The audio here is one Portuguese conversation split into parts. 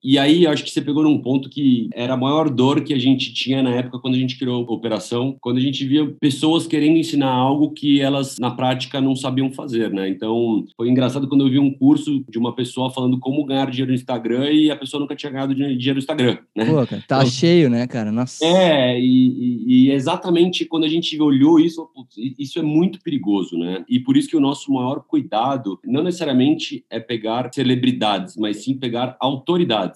E aí, eu acho que você pegou num ponto que era a maior dor que a gente tinha na época quando a gente criou a operação, quando a gente via pessoas querendo ensinar algo que elas, na prática, não sabiam fazer, né? Então, foi engraçado quando eu vi um curso de uma pessoa falando como ganhar dinheiro no Instagram e a pessoa nunca tinha ganhado dinheiro no Instagram, né? Pô, cara, tá cheio, né, cara? Nossa. E exatamente quando a gente olhou isso, putz, isso é muito perigoso, né? E por isso que o nosso maior cuidado não necessariamente é pegar celebridades, mas sim pegar autoridades.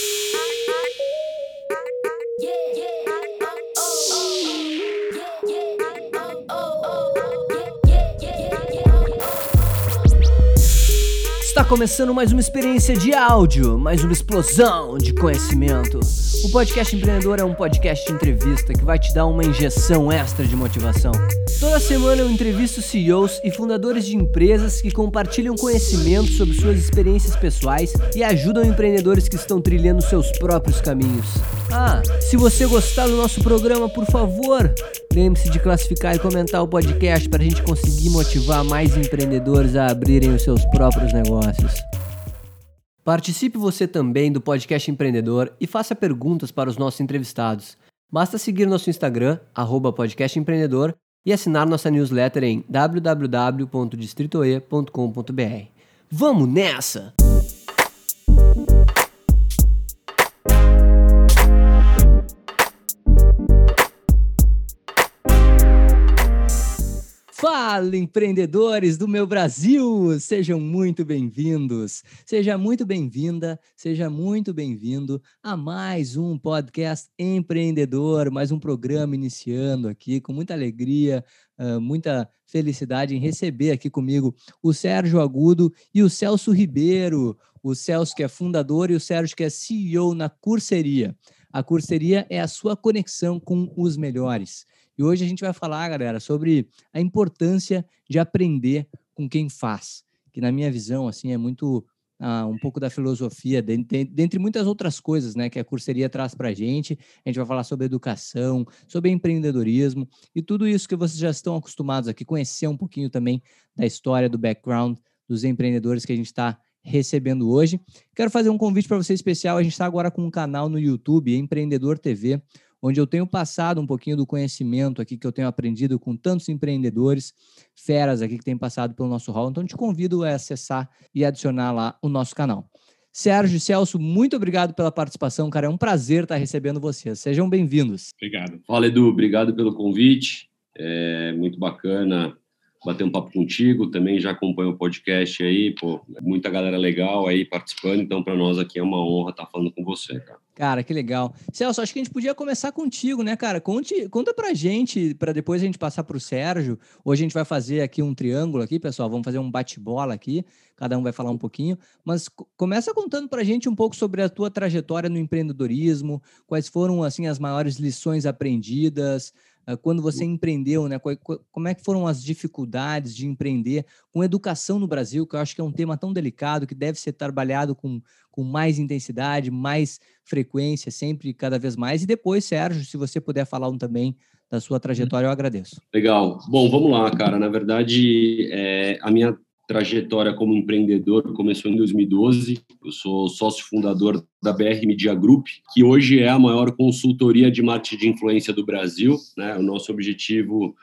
Está começando mais uma experiência de áudio, mais uma explosão de conhecimento. O Podcast Empreendedor é um podcast de entrevista que vai te dar uma injeção extra de motivação. Toda semana eu entrevisto CEOs e fundadores de empresas que compartilham conhecimento sobre suas experiências pessoais e ajudam empreendedores que estão trilhando seus próprios caminhos. Se você gostar do nosso programa, por favor, lembre-se de classificar e comentar o podcast para a gente conseguir motivar mais empreendedores a abrirem os seus próprios negócios. Participe você também do Podcast Empreendedor e faça perguntas para os nossos entrevistados. Basta seguir nosso Instagram, @podcastempreendedor, e assinar nossa newsletter em www.distritoe.com.br. Vamos nessa! Fala, empreendedores do meu Brasil! Sejam muito bem-vindos, seja muito bem-vinda, seja muito bem-vindo a mais um podcast empreendedor, mais um programa iniciando aqui com muita alegria, muita felicidade em receber aqui comigo o Sérgio Agudo e o Celso Ribeiro, o Celso que é fundador e o Sérgio que é CEO na Curseria. A Curseria é a sua conexão com os melhores. E hoje a gente vai falar, galera, sobre a importância de aprender com quem faz, que na minha visão, assim, é muito um pouco da filosofia, dentre muitas outras coisas, né, que a Curseria traz para a gente. A gente vai falar sobre educação, sobre empreendedorismo e tudo isso que vocês já estão acostumados aqui, conhecer um pouquinho também da história, do background dos empreendedores que a gente está recebendo hoje. Quero fazer um convite para você especial. A gente está agora com um canal no YouTube, Empreendedor TV, onde eu tenho passado um pouquinho do conhecimento aqui que eu tenho aprendido com tantos empreendedores, feras aqui que têm passado pelo nosso hall. Então, te convido a acessar e adicionar lá o nosso canal. Sérgio e Celso, muito obrigado pela participação, cara. É um prazer estar recebendo vocês. Sejam bem-vindos. Obrigado. Fala, Edu. Obrigado pelo convite. É muito bacana bater um papo contigo. Também já acompanho o podcast aí, muita galera legal aí participando. Então, para nós aqui é uma honra estar falando com você, cara. Cara, que legal. Celso, acho que a gente podia começar contigo, né, cara? Conta pra gente, para depois a gente passar pro Sérgio. Hoje a gente vai fazer aqui um triângulo aqui, pessoal. Vamos fazer um bate-bola aqui. Cada um vai falar um pouquinho. Mas começa contando pra gente um pouco sobre a tua trajetória no empreendedorismo. Quais foram, assim, as maiores lições aprendidas quando você empreendeu, né? Como é que foram as dificuldades de empreender com educação no Brasil, que eu acho que é um tema tão delicado, que deve ser trabalhado com mais intensidade, mais frequência, sempre, cada vez mais. E depois, Sérgio, se você puder falar também da sua trajetória, eu agradeço. Legal. Bom, vamos lá, cara. Na verdade, a minha trajetória como empreendedor começou em 2012. Eu sou sócio fundador da BR Media Group, que hoje é a maior consultoria de marketing de influência do Brasil, né? O nosso objetivo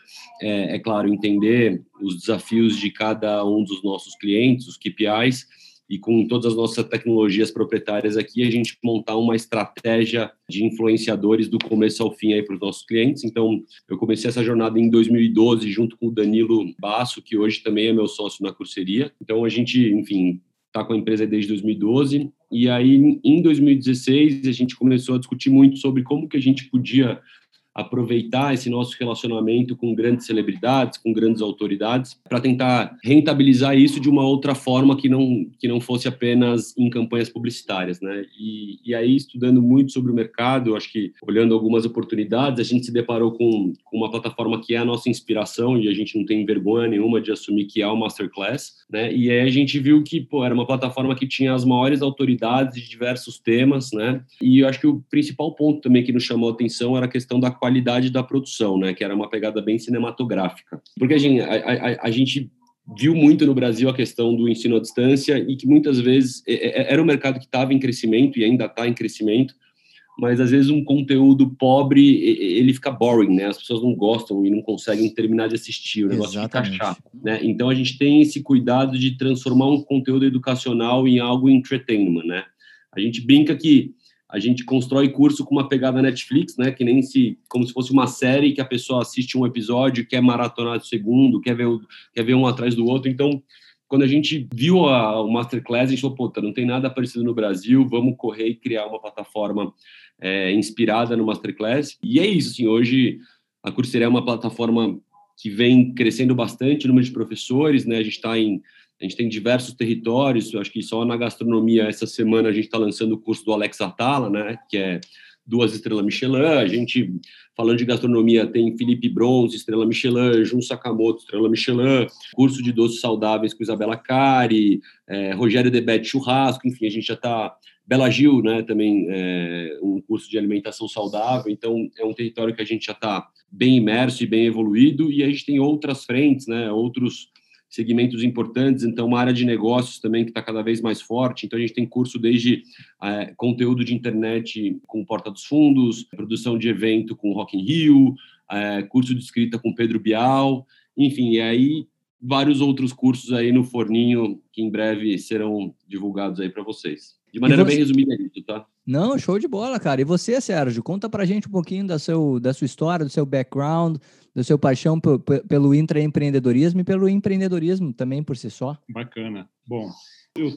é claro, entender os desafios de cada um dos nossos clientes, os KPIs, e com todas as nossas tecnologias proprietárias aqui, a gente montar uma estratégia de influenciadores do começo ao fim aí para os nossos clientes. Então, eu comecei essa jornada em 2012, junto com o Danilo Basso, que hoje também é meu sócio na Curseria. Então, a gente, enfim, está com a empresa desde 2012. E aí, em 2016, a gente começou a discutir muito sobre como que a gente podia aproveitar esse nosso relacionamento com grandes celebridades, com grandes autoridades, para tentar rentabilizar isso de uma outra forma que não fosse apenas em campanhas publicitárias, né? E aí, estudando muito sobre o mercado, acho que olhando algumas oportunidades, a gente se deparou com uma plataforma que é a nossa inspiração, e a gente não tem vergonha nenhuma de assumir que é o Masterclass, né? E aí a gente viu que, era uma plataforma que tinha as maiores autoridades de diversos temas, né? E eu acho que o principal ponto também que nos chamou a atenção era a questão da qualidade da produção, né? Que era uma pegada bem cinematográfica. Porque a gente viu muito no Brasil a questão do ensino à distância e que muitas vezes era um mercado que estava em crescimento e ainda está em crescimento, mas às vezes um conteúdo pobre, ele fica boring, né? As pessoas não gostam e não conseguem terminar de assistir, o negócio fica chato, né? Então a gente tem esse cuidado de transformar um conteúdo educacional em algo entertainment, né? A gente brinca que a gente constrói curso com uma pegada Netflix, né? Que nem como se fosse uma série que a pessoa assiste um episódio, quer maratonar o segundo, quer ver um atrás do outro. Então, quando a gente viu o Masterclass, a gente falou, puta, não tem nada parecido no Brasil, vamos correr e criar uma plataforma inspirada no Masterclass. E é isso, assim, hoje a Coursera é uma plataforma que vem crescendo bastante o número de professores, né? A gente tem diversos territórios, eu acho que só na gastronomia, essa semana, a gente está lançando o curso do Alex Atala, né, que é 2 estrelas Michelin. A gente, falando de gastronomia, tem Felipe Bronze, estrela Michelin, Jun Sakamoto, estrela Michelin, curso de doces saudáveis com Isabela Cari, Rogério Debete Churrasco, enfim, a gente já está... Bela Gil, né, também um curso de alimentação saudável, então é um território que a gente já está bem imerso e bem evoluído, e a gente tem outras frentes, né, outros segmentos importantes, então uma área de negócios também que está cada vez mais forte, então a gente tem curso desde conteúdo de internet com Porta dos Fundos, produção de evento com Rock in Rio, curso de escrita com Pedro Bial, enfim, e aí vários outros cursos aí no forninho que em breve serão divulgados aí para vocês. De maneira bem resumida isso, tá? Não, show de bola, cara. E você, Sérgio, conta pra gente um pouquinho da sua história, do seu background, do seu paixão pelo intraempreendedorismo e pelo empreendedorismo também por si só. Bacana. Bom, eu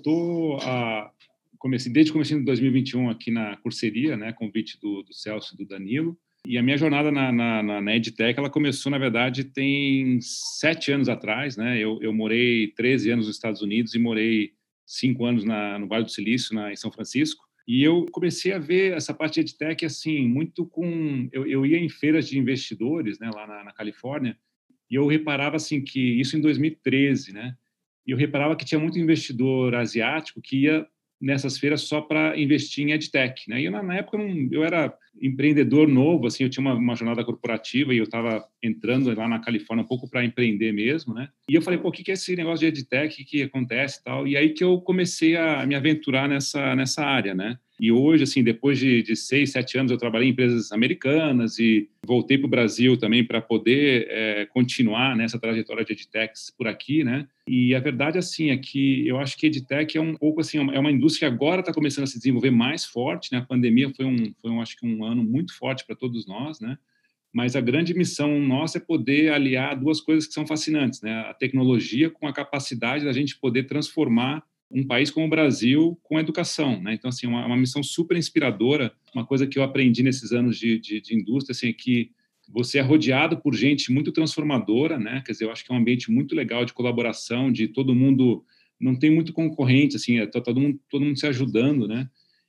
comecei desde o começo de 2021 aqui na Coursera, né, convite do Celso e do Danilo. E a minha jornada na EdTech, ela começou, na verdade, tem 7 anos atrás, né? Eu morei 13 anos nos Estados Unidos e morei 5 anos no Vale do Silício, em São Francisco. E eu comecei a ver essa parte de EdTech, assim, muito com... Eu ia em feiras de investidores, né, lá na Califórnia, e eu reparava, assim, que isso em 2013, né? E eu reparava que tinha muito investidor asiático que ia nessas feiras só para investir em EdTech, né? E na época eu era empreendedor novo, assim, eu tinha uma jornada corporativa e eu estava entrando lá na Califórnia um pouco para empreender mesmo, né? E eu falei, pô, o que é esse negócio de EdTech que acontece e tal? E aí que eu comecei a me aventurar nessa área, né? E hoje, assim, depois de 6, 7 anos, eu trabalhei em empresas americanas e voltei para o Brasil também para poder continuar nessa trajetória de EdTechs por aqui, né? E a verdade, assim, é que eu acho que EdTech é um pouco, assim, é uma indústria que agora está começando a se desenvolver mais forte, né? A pandemia foi acho que um ano muito forte para todos nós, né? Mas a grande missão nossa é poder aliar 2 coisas que são fascinantes, né? A tecnologia com a capacidade da gente poder transformar um país como o Brasil com educação, né? Então, assim, uma missão super inspiradora. Uma coisa que eu aprendi nesses anos de indústria, assim, é que você é rodeado por gente muito transformadora, né? Quer dizer, eu acho que é um ambiente muito legal de colaboração, de todo mundo... Não tem muito concorrente, assim, todo mundo se ajudando, né?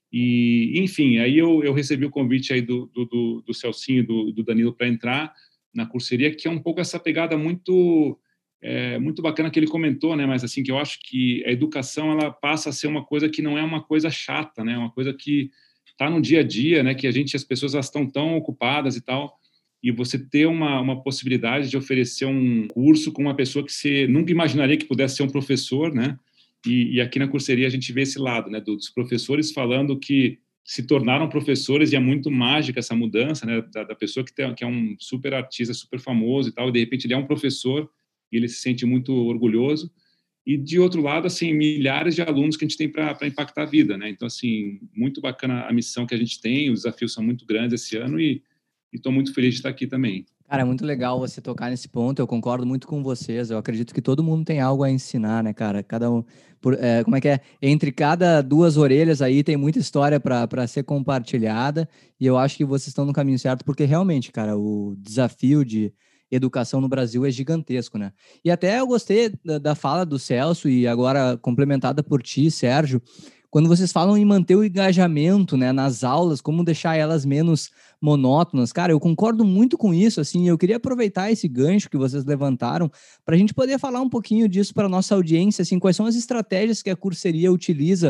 E, enfim, aí eu recebi o convite aí do Celcinho e do Danilo para entrar na Coursera, que é um pouco essa pegada muito bacana que ele comentou, né? Mas, assim, que eu acho que a educação, ela passa a ser uma coisa que não é uma coisa chata, né? Uma coisa que está no dia a dia, né? Que as pessoas estão tão ocupadas e tal, e você ter uma possibilidade de oferecer um curso com uma pessoa que você nunca imaginaria que pudesse ser um professor, né? E aqui na Coursera a gente vê esse lado, né, dos professores falando que se tornaram professores, e é muito mágica essa mudança, né, da pessoa que é um super artista, super famoso e tal, e de repente ele é um professor e ele se sente muito orgulhoso. E, de outro lado, assim, milhares de alunos que a gente tem para impactar a vida, né? Então, assim, muito bacana a missão que a gente tem, os desafios são muito grandes esse ano e estou muito feliz de estar aqui também. Cara, é muito legal você tocar nesse ponto, eu concordo muito com vocês, eu acredito que todo mundo tem algo a ensinar, né, cara? Cada um, como é que é? Entre cada 2 orelhas aí tem muita história para ser compartilhada, e eu acho que vocês estão no caminho certo, porque realmente, cara, o desafio de educação no Brasil é gigantesco, né? E até eu gostei da fala do Celso, e agora complementada por ti, Sérgio, quando vocês falam em manter o engajamento, né, nas aulas, como deixar elas menos monótonas, cara, eu concordo muito com isso, assim, eu queria aproveitar esse gancho que vocês levantaram para a gente poder falar um pouquinho disso para a nossa audiência, assim, quais são as estratégias que a Coursera utiliza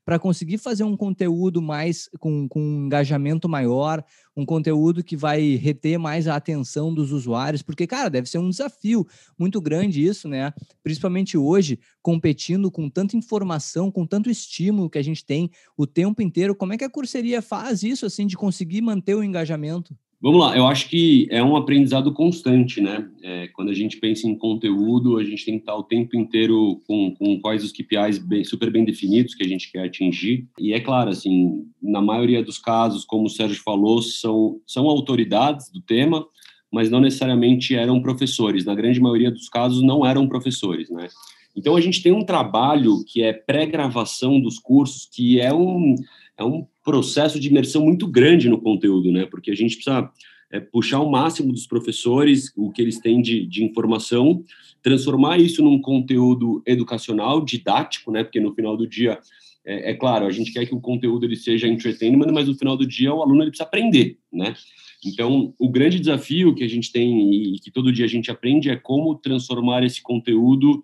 para conseguir fazer um conteúdo mais com um engajamento maior, um conteúdo que vai reter mais a atenção dos usuários? Porque, cara, deve ser um desafio muito grande isso, né? Principalmente hoje, competindo com tanta informação, com tanto estímulo que a gente tem o tempo inteiro. Como é que a Coursera faz isso, assim, de conseguir manter o engajamento? Vamos lá, eu acho que é um aprendizado constante, né? Quando a gente pensa em conteúdo, a gente tem que estar o tempo inteiro com quais os KPIs super bem definidos que a gente quer atingir. E é claro, assim, na maioria dos casos, como o Sérgio falou, são autoridades do tema, mas não necessariamente eram professores. Na grande maioria dos casos, não eram professores, né? Então, a gente tem um trabalho que é pré-gravação dos cursos, que é um processo de imersão muito grande no conteúdo, né? Porque a gente precisa puxar o máximo dos professores, o que eles têm de informação, transformar isso num conteúdo educacional, didático, né? Porque no final do dia, é claro, a gente quer que o conteúdo ele seja entertainment, mas no final do dia o aluno ele precisa aprender, né? Então, o grande desafio que a gente tem e que todo dia a gente aprende é como transformar esse conteúdo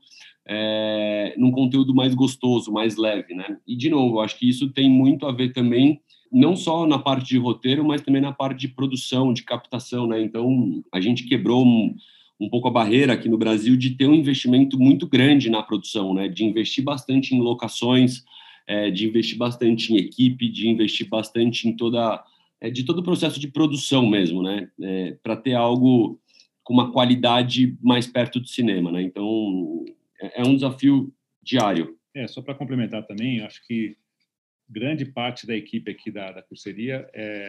num conteúdo mais gostoso, mais leve, né? E, de novo, acho que isso tem muito a ver também, não só na parte de roteiro, mas também na parte de produção, de captação, né? Então, a gente quebrou um pouco a barreira aqui no Brasil de ter um investimento muito grande na produção, né? De investir bastante em locações, de investir bastante em equipe, de investir bastante em de todo o processo de produção mesmo, né? Para ter algo com uma qualidade mais perto do cinema, né? Então, é um desafio diário. Só para complementar também, eu acho que grande parte da equipe aqui da Coursera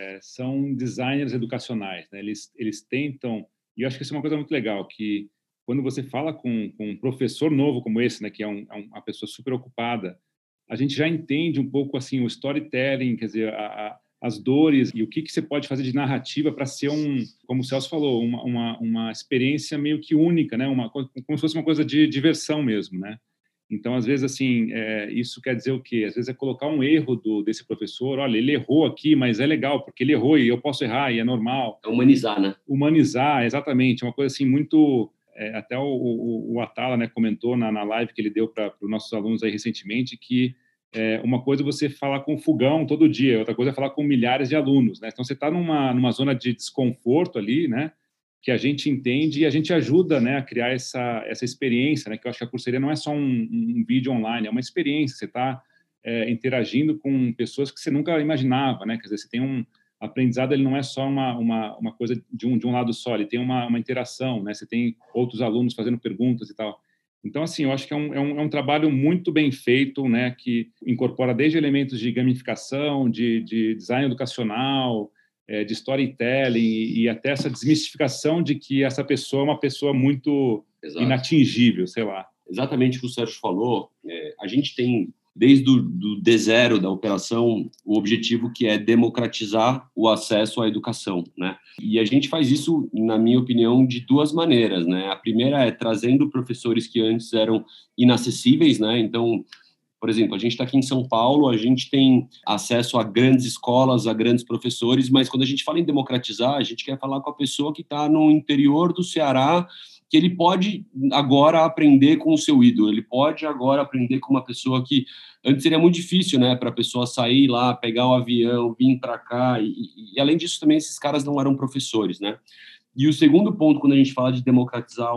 são designers educacionais, né? Eles tentam, e eu acho que isso é uma coisa muito legal, que quando você fala com um professor novo como esse, né, que é uma pessoa super ocupada, a gente já entende um pouco assim o storytelling, quer dizer, as dores e o que você pode fazer de narrativa para ser como o Celso falou, uma experiência meio que única, né? Como se fosse uma coisa de diversão mesmo, né? Então, às vezes, assim, isso quer dizer o quê? Às vezes é colocar um erro desse professor, olha, ele errou aqui, mas é legal, porque ele errou e eu posso errar e é normal. É humanizar, né? Humanizar, exatamente. É uma coisa, assim, muito... até o Atala, né, comentou na live que ele deu para os nossos alunos aí recentemente que uma coisa é você falar com o fogão todo dia, outra coisa é falar com milhares de alunos, né? Então, você está numa zona de desconforto ali, né? Que a gente entende e a gente ajuda, né, a criar essa experiência, né? Que eu acho que a Coursera não é só um vídeo online, é uma experiência. Você está interagindo com pessoas que você nunca imaginava, né? Quer dizer, você tem um aprendizado, ele não é só uma coisa de um lado só, ele tem uma interação, né? Você tem outros alunos fazendo perguntas e tal. Então, assim, eu acho que é um trabalho muito bem feito, né, que incorpora desde elementos de gamificação, de design educacional, de storytelling e até essa desmistificação de que essa pessoa é uma pessoa muito inatingível, sei lá. Exatamente o que o Sérgio falou. A gente tem, desde o D0 da operação, o objetivo que é democratizar o acesso à educação, né? E a gente faz isso, na minha opinião, de duas maneiras, né? A primeira é trazendo professores que antes eram inacessíveis, né? Então, por exemplo, a gente está aqui em São Paulo, a gente tem acesso a grandes escolas, a grandes professores, mas quando a gente fala em democratizar, a gente quer falar com a pessoa que está no interior do Ceará, que ele pode agora aprender com o seu ídolo, ele pode agora aprender com uma pessoa que antes seria muito difícil, né, para a pessoa sair lá, pegar o avião, vir para cá, e além disso também esses caras não eram professores, né. E o segundo ponto, quando a gente fala de democratizar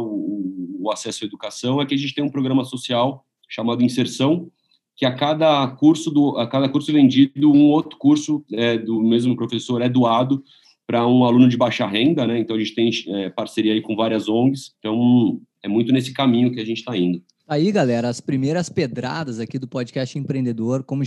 o acesso à educação, é que a gente tem um programa social chamado Inserção, que a cada curso vendido, um outro curso do mesmo professor é doado para um aluno de baixa renda, né? Então, a gente tem parceria aí com várias ONGs. Então, é muito nesse caminho que a gente está indo. Aí, galera, as primeiras pedradas aqui do podcast Empreendedor, como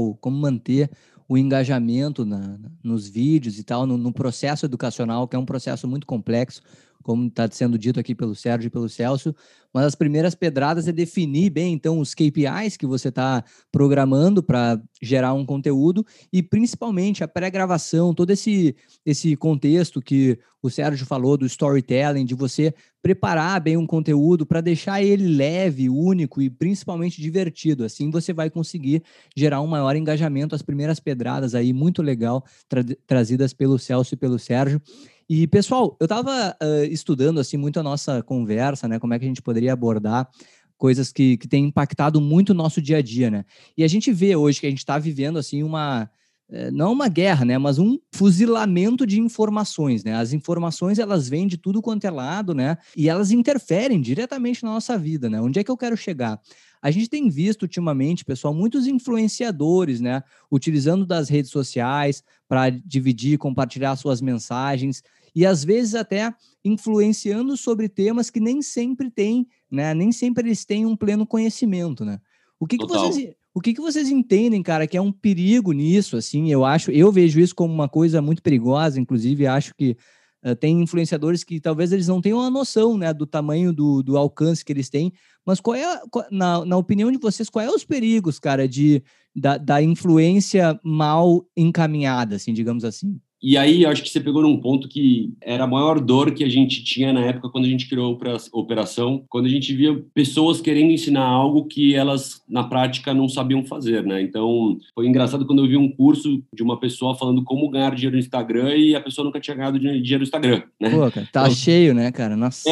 manter o engajamento nos vídeos e tal, no processo educacional, que é um processo muito complexo, como está sendo dito aqui pelo Sérgio e pelo Celso, mas as primeiras pedradas é definir bem, então, os KPIs que você está programando para gerar um conteúdo e, principalmente, a pré-gravação, todo esse contexto que o Sérgio falou do storytelling, de você preparar bem um conteúdo para deixar ele leve, único e, principalmente, divertido. Assim, você vai conseguir gerar um maior engajamento. As primeiras pedradas aí, muito legal, trazidas pelo Celso e pelo Sérgio. E, pessoal, eu estava estudando assim, muito a nossa conversa, né? Como é que a gente poderia abordar coisas que têm impactado muito o nosso dia a dia, né? E a gente vê hoje que a gente está vivendo, assim, não uma guerra, né, mas um fuzilamento de informações, né? As informações, elas vêm de tudo quanto é lado, né? E elas interferem diretamente na nossa vida, né? Onde é que eu quero chegar? A gente tem visto ultimamente, pessoal, muitos influenciadores, né, utilizando das redes sociais para dividir, compartilhar suas mensagens e às vezes até influenciando sobre temas que nem sempre têm, né? Nem sempre eles têm um pleno conhecimento, né? Total. O que vocês entendem, cara, que é um perigo nisso, assim? Eu vejo isso como uma coisa muito perigosa, inclusive acho que tem influenciadores que talvez eles não tenham a noção, né, do tamanho do alcance que eles têm, mas na opinião de vocês, quais os perigos, cara, da influência mal encaminhada, assim, digamos assim? E aí, acho que você pegou num ponto que era a maior dor que a gente tinha na época quando a gente criou a operação, quando a gente via pessoas querendo ensinar algo que elas, na prática, não sabiam fazer, né? Então, foi engraçado quando eu vi um curso de uma pessoa falando como ganhar dinheiro no Instagram e a pessoa nunca tinha ganhado dinheiro no Instagram, né? Pô, cara, tá Então, cheio, né, cara? Nossa.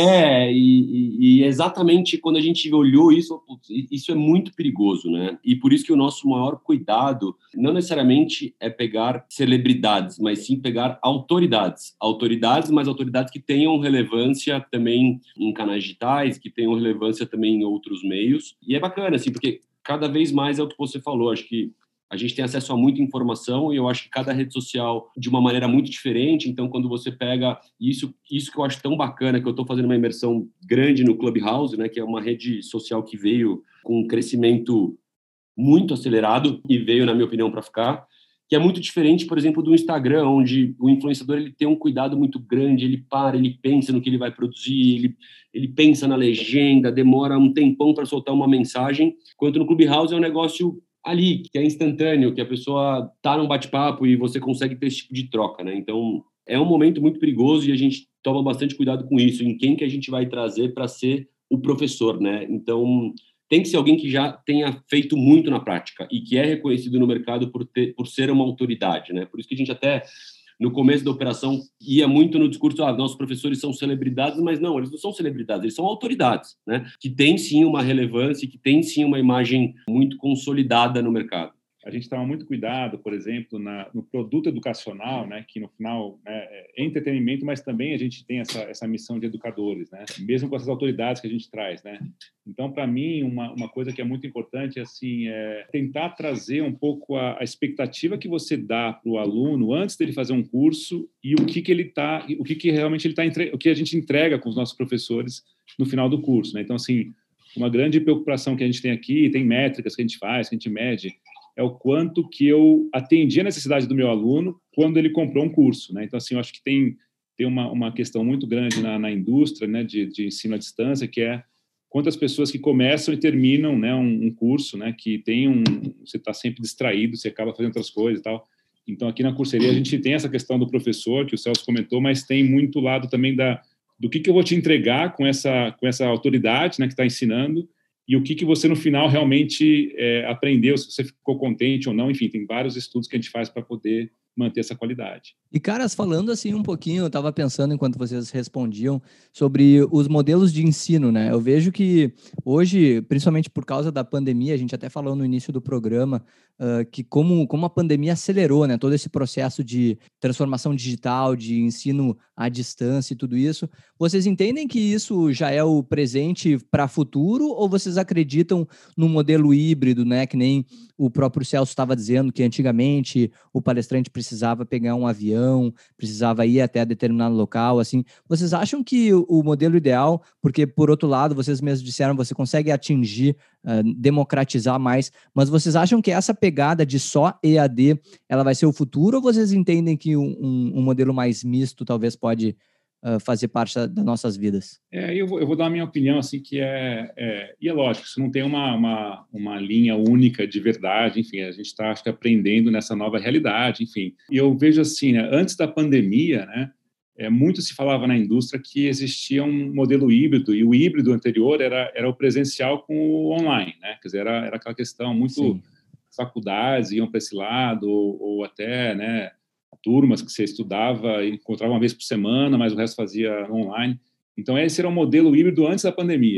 e exatamente quando a gente olhou isso, putz, isso é muito perigoso, né? E por isso que o nosso maior cuidado não necessariamente é pegar celebridades, mas sim pegar autoridades, mas autoridades que tenham relevância também em canais digitais, que tenham relevância também em outros meios. E é bacana, assim, porque cada vez mais é o que você falou, acho que a gente tem acesso a muita informação e eu acho que cada rede social de uma maneira muito diferente. Então, quando você pega isso que eu acho tão bacana, que eu estou fazendo uma imersão grande no Clubhouse, né, que é uma rede social que veio com um crescimento muito acelerado e veio, na minha opinião, para ficar, que é muito diferente, por exemplo, do Instagram, onde o influenciador ele tem um cuidado muito grande, ele pensa no que ele vai produzir, ele pensa na legenda, demora um tempão para soltar uma mensagem, enquanto no Clubhouse é um negócio ali, que é instantâneo, que a pessoa tá num bate-papo e você consegue ter esse tipo de troca, né? Então, é um momento muito perigoso e a gente toma bastante cuidado com isso, em quem que a gente vai trazer para ser o professor, né? Então, tem que ser alguém que já tenha feito muito na prática e que é reconhecido no mercado por ser uma autoridade, né? Por isso que a gente até, no começo da operação, ia muito no discurso, nossos professores são celebridades, mas não, eles não são celebridades, eles são autoridades, né? Que tem sim uma relevância, que tem sim uma imagem muito consolidada no mercado. A gente toma muito cuidado, por exemplo, no produto educacional, né, que no final é entretenimento, mas também a gente tem essa missão de educadores, né, mesmo com essas autoridades que a gente traz, né. Então, para mim, uma coisa que é muito importante assim, é tentar trazer um pouco a expectativa que você dá para o aluno antes dele fazer um curso e o que realmente o que a gente entrega com os nossos professores no final do curso, né. Então, assim, uma grande preocupação que a gente tem aqui, tem métricas que a gente faz, que a gente mede, é o quanto que eu atendi a necessidade do meu aluno quando ele comprou um curso, né? Então, assim, eu acho que tem uma questão muito grande na indústria, né, de ensino à distância, que é quantas pessoas que começam e terminam, né, um curso, né, que você está sempre distraído, você acaba fazendo outras coisas e tal. Então, aqui na Curseria, a gente tem essa questão do professor, que o Celso comentou, mas tem muito lado também do que eu vou te entregar com essa autoridade, né, que está ensinando, e o que você, no final, realmente aprendeu, se você ficou contente ou não. Enfim, tem vários estudos que a gente faz para poder manter essa qualidade. E, caras, falando assim um pouquinho, eu estava pensando enquanto vocês respondiam sobre os modelos de ensino, né? Eu vejo que hoje, principalmente por causa da pandemia, a gente até falou no início do programa, que como a pandemia acelerou, né, todo esse processo de transformação digital, de ensino à distância e tudo isso, vocês entendem que isso já é o presente para futuro ou vocês acreditam no modelo híbrido, né, que nem o próprio Celso estava dizendo, que antigamente o palestrante precisava pegar um avião, precisava ir até determinado local, assim, vocês acham que o modelo ideal, porque por outro lado, vocês mesmos disseram, você consegue atingir, democratizar mais, mas vocês acham que essa pegada de só EAD, ela vai ser o futuro, ou vocês entendem que um modelo mais misto talvez pode fazer parte das nossas vidas? Eu vou dar a minha opinião, assim, que e é lógico, isso não tem uma linha única de verdade, enfim, a gente está, acho que, aprendendo nessa nova realidade, enfim. E eu vejo assim, né, antes da pandemia, né, muito se falava na indústria que existia um modelo híbrido, e o híbrido anterior era o presencial com o online, né, quer dizer, era aquela questão muito... Sim. Faculdades iam para esse lado, ou até, né, turmas que você estudava e encontrava uma vez por semana, mas o resto fazia online. Então, esse era um modelo híbrido antes da pandemia.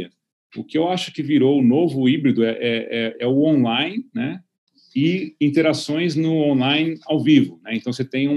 O que eu acho que virou o novo híbrido é o online, né? E interações no online ao vivo, né? Então, você tem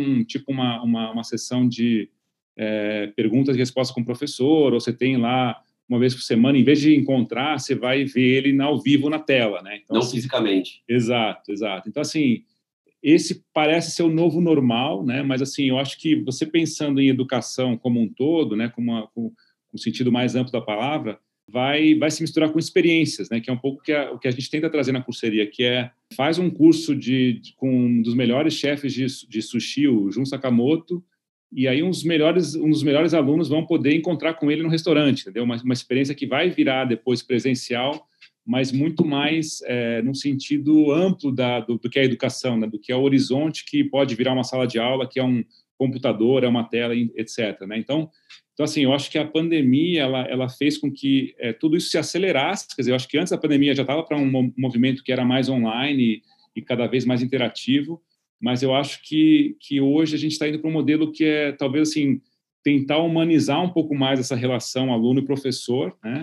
uma sessão de perguntas e respostas com o professor, ou você tem lá, uma vez por semana, em vez de encontrar, você vai ver ele ao vivo na tela, né? Então, não assim, fisicamente. Exato. Então, assim, esse parece ser o novo normal, né? Mas, assim, eu acho que você pensando em educação como um todo, né? Com o sentido mais amplo da palavra, vai se misturar com experiências, né? Que é um pouco o que a gente tenta trazer na curseria, que faz um curso com um dos melhores chefes de sushi, o Jun Sakamoto, e aí um dos melhores alunos vão poder encontrar com ele no restaurante, entendeu? Uma experiência que vai virar depois presencial, mas muito mais no sentido amplo do que é a educação, né? Do que é o horizonte que pode virar uma sala de aula, que é um computador, é uma tela, etc. Né? Então, assim, eu acho que a pandemia ela fez com que tudo isso se acelerasse. Quer dizer, eu acho que antes da pandemia já estava para um movimento que era mais online e cada vez mais interativo, mas eu acho que hoje a gente está indo para um modelo que é, talvez, assim, tentar humanizar um pouco mais essa relação aluno e professor, né?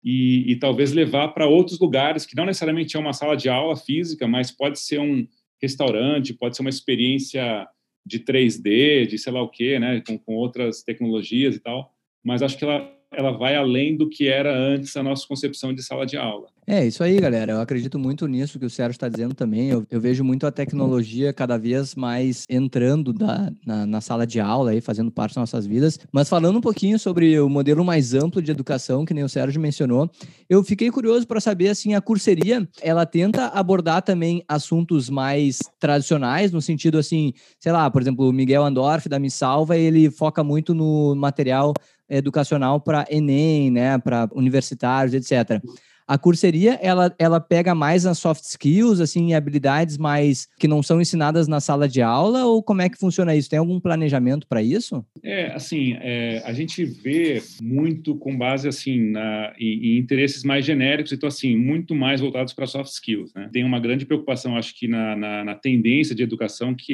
E talvez levar para outros lugares, que não necessariamente é uma sala de aula física, mas pode ser um restaurante, pode ser uma experiência de 3D, de sei lá o quê, né? Com outras tecnologias e tal. Mas acho que ela vai além do que era antes a nossa concepção de sala de aula. É, isso aí, galera. Eu acredito muito nisso que o Sérgio está dizendo também. Eu vejo muito a tecnologia cada vez mais entrando na sala de aula, aí, fazendo parte das nossas vidas. Mas falando um pouquinho sobre o modelo mais amplo de educação, que nem o Sérgio mencionou, eu fiquei curioso para saber, assim, a curseria, ela tenta abordar também assuntos mais tradicionais, no sentido, assim, sei lá, por exemplo, o Miguel Andorf, da Me Salva, ele foca muito no material educacional para Enem, né, para universitários, etc. A curseria, ela pega mais nas soft skills, assim, habilidades mais que não são ensinadas na sala de aula, ou como é que funciona isso? Tem algum planejamento para isso? Assim, a gente vê muito com base, assim, em interesses mais genéricos, então, assim, muito mais voltados para soft skills, né? Tem uma grande preocupação, acho que na tendência de educação, que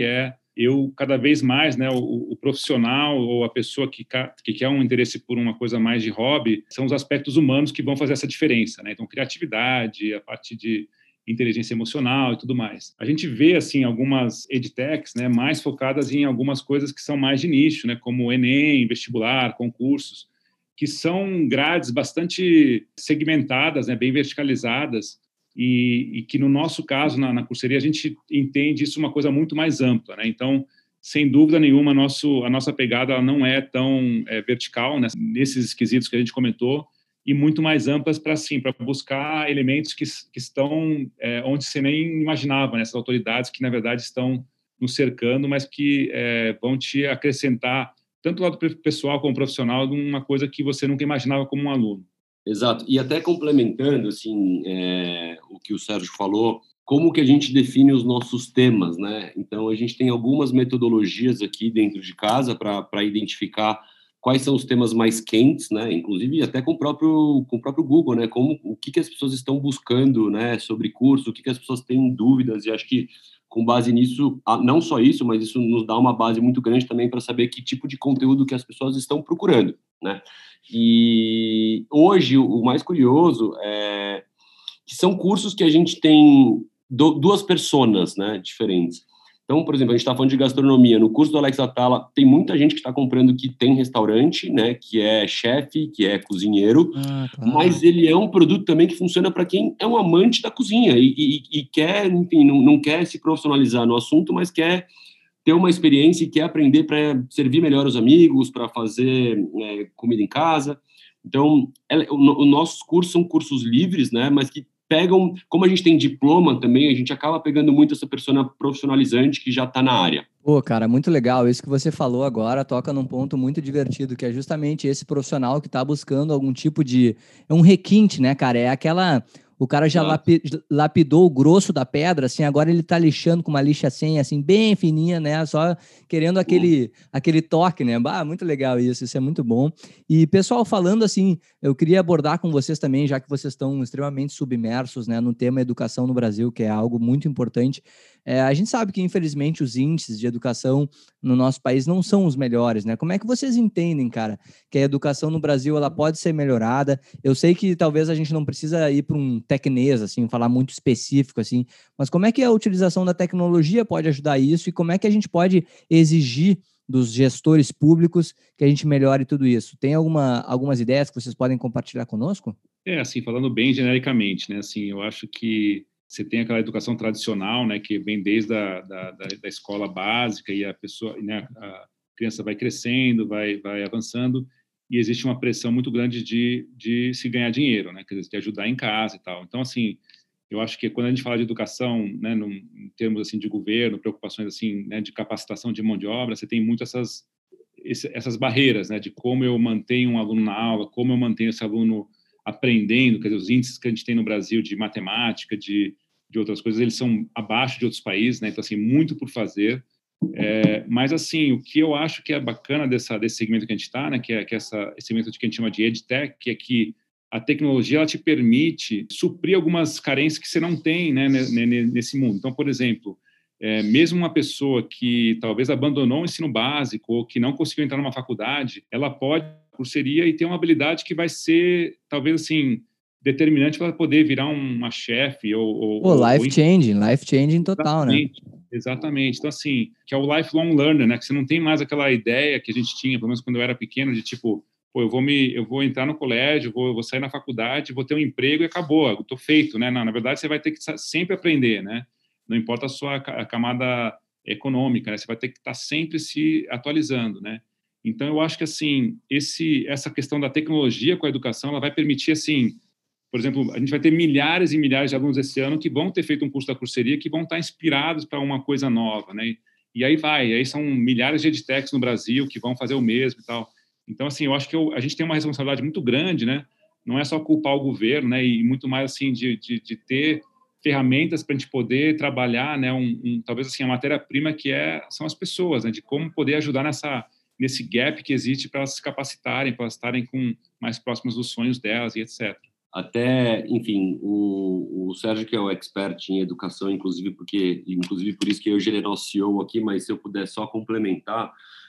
cada vez mais, né, o profissional ou a pessoa que quer um interesse por uma coisa mais de hobby, são os aspectos humanos que vão fazer essa diferença, né? Então, criatividade, a parte de inteligência emocional e tudo mais. A gente vê, assim, algumas edtechs, né, mais focadas em algumas coisas que são mais de nicho, né, como Enem, vestibular, concursos, que são grades bastante segmentadas, né, bem verticalizadas, e que, no nosso caso, na curseria, a gente entende isso uma coisa muito mais ampla, né? Então, sem dúvida nenhuma, a nossa pegada ela não é tão vertical, né, nesses quesitos que a gente comentou, e muito mais amplas para buscar elementos que estão onde você nem imaginava, né? Essas autoridades que, na verdade, estão nos cercando, mas que vão te acrescentar, tanto do lado pessoal como profissional, de uma coisa que você nunca imaginava como um aluno. Exato. E até complementando, assim, o que o Sérgio falou, como que a gente define os nossos temas, né? Então, a gente tem algumas metodologias aqui dentro de casa para identificar quais são os temas mais quentes, né? Inclusive até com o próprio Google, né? O que as pessoas estão buscando, né? Sobre curso, o que as pessoas têm dúvidas, e acho que com base nisso, não só isso, mas isso nos dá uma base muito grande também para saber que tipo de conteúdo que as pessoas estão procurando, né? E hoje o mais curioso é que são cursos que a gente tem duas personas, né, diferentes. Então, por exemplo, a gente está falando de gastronomia. No curso do Alex Atala, tem muita gente que está comprando que tem restaurante, né, que é chefe, que é cozinheiro, claro. Mas ele é um produto também que funciona para quem é um amante da cozinha e quer, enfim, não quer se profissionalizar no assunto, mas quer ter uma experiência e quer aprender para servir melhor os amigos, para fazer comida em casa. Então, os nossos cursos são cursos livres, né, mas que pegam, como a gente tem diploma também, a gente acaba pegando muito essa persona profissionalizante que já está na área. Pô, cara, muito legal. Isso que você falou agora toca num ponto muito divertido, que é justamente esse profissional que está buscando algum tipo de... É um requinte, né, cara? É O cara já lapidou o grosso da pedra, assim, agora ele tá lixando com uma lixa assim, bem fininha, né? Só querendo aquele toque, né? Muito legal isso é muito bom. E, pessoal, falando assim, eu queria abordar com vocês também, já que vocês estão extremamente submersos, né, no tema educação no Brasil, que é algo muito importante. A gente sabe que, infelizmente, os índices de educação no nosso país não são os melhores, né? Como é que vocês entendem, cara, que a educação no Brasil ela pode ser melhorada? Eu sei que talvez a gente não precisa ir para um tecnês, assim, falar muito específico, assim, mas como é que a utilização da tecnologia pode ajudar isso e como é que a gente pode exigir dos gestores públicos que a gente melhore tudo isso? Tem algumas ideias que vocês podem compartilhar conosco? Assim, falando bem genericamente, né, assim, eu acho que você tem aquela educação tradicional, né, que vem desde da escola básica e a pessoa, né, a criança vai crescendo, vai avançando e existe uma pressão muito grande de se ganhar dinheiro, né, quer dizer, de ajudar em casa e tal. Então, assim, eu acho que quando a gente fala de educação, né, em termos assim de governo, preocupações assim, né, de capacitação de mão de obra, você tem muito essas barreiras, né, de como eu mantenho um aluno na aula, como eu mantenho esse aluno aprendendo, quer dizer, os índices que a gente tem no Brasil de matemática, de outras coisas, eles são abaixo de outros países, né? Então, assim, muito por fazer. Mas, assim, o que eu acho que é bacana desse segmento que a gente está, né? Que é esse segmento que a gente chama de EdTech, que é que a tecnologia ela te permite suprir algumas carências que você não tem, né, nesse mundo. Então, por exemplo, mesmo uma pessoa que talvez abandonou o ensino básico ou que não conseguiu entrar numa faculdade, ela pode, curseria, e ter uma habilidade que vai ser, talvez, assim, determinante para poder virar uma chefe life-changing total, né? Exatamente. Então, assim, que é o lifelong learner, né? Que você não tem mais aquela ideia que a gente tinha, pelo menos quando eu era pequeno, de tipo, pô, eu vou entrar no colégio, vou sair na faculdade, vou ter um emprego e acabou, eu tô feito, né? Não, na verdade, você vai ter que sempre aprender, né? Não importa a sua camada econômica, né? Você vai ter que estar sempre se atualizando, né? Então, eu acho que, assim, essa questão da tecnologia com a educação, ela vai permitir, assim, por exemplo, a gente vai ter milhares e milhares de alunos esse ano que vão ter feito um curso da curseria, que vão estar inspirados para uma coisa nova, né? E aí são milhares de edtechs no Brasil que vão fazer o mesmo e tal. Então, assim, eu acho que a gente tem uma responsabilidade muito grande, né? Não é só culpar o governo, né? E muito mais, assim, de ter ferramentas para a gente poder trabalhar, né? Talvez, assim, a matéria-prima são as pessoas, né? De como poder ajudar nesse gap que existe para elas se capacitarem, para elas estarem mais próximas dos sonhos delas e etc. Até, enfim, o Sérgio, que é o expert em educação, inclusive por isso que hoje ele é nosso CEO aqui, mas se eu puder só complementar,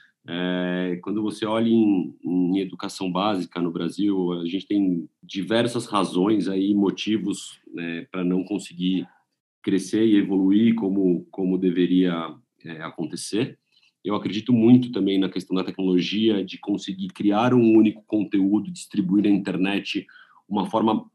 quando você olha em educação básica no Brasil, a gente tem diversas razões aí, motivos, né, para não conseguir crescer e evoluir como deveria acontecer. Eu acredito muito também na questão da tecnologia, de conseguir criar um único conteúdo, distribuir na internet uma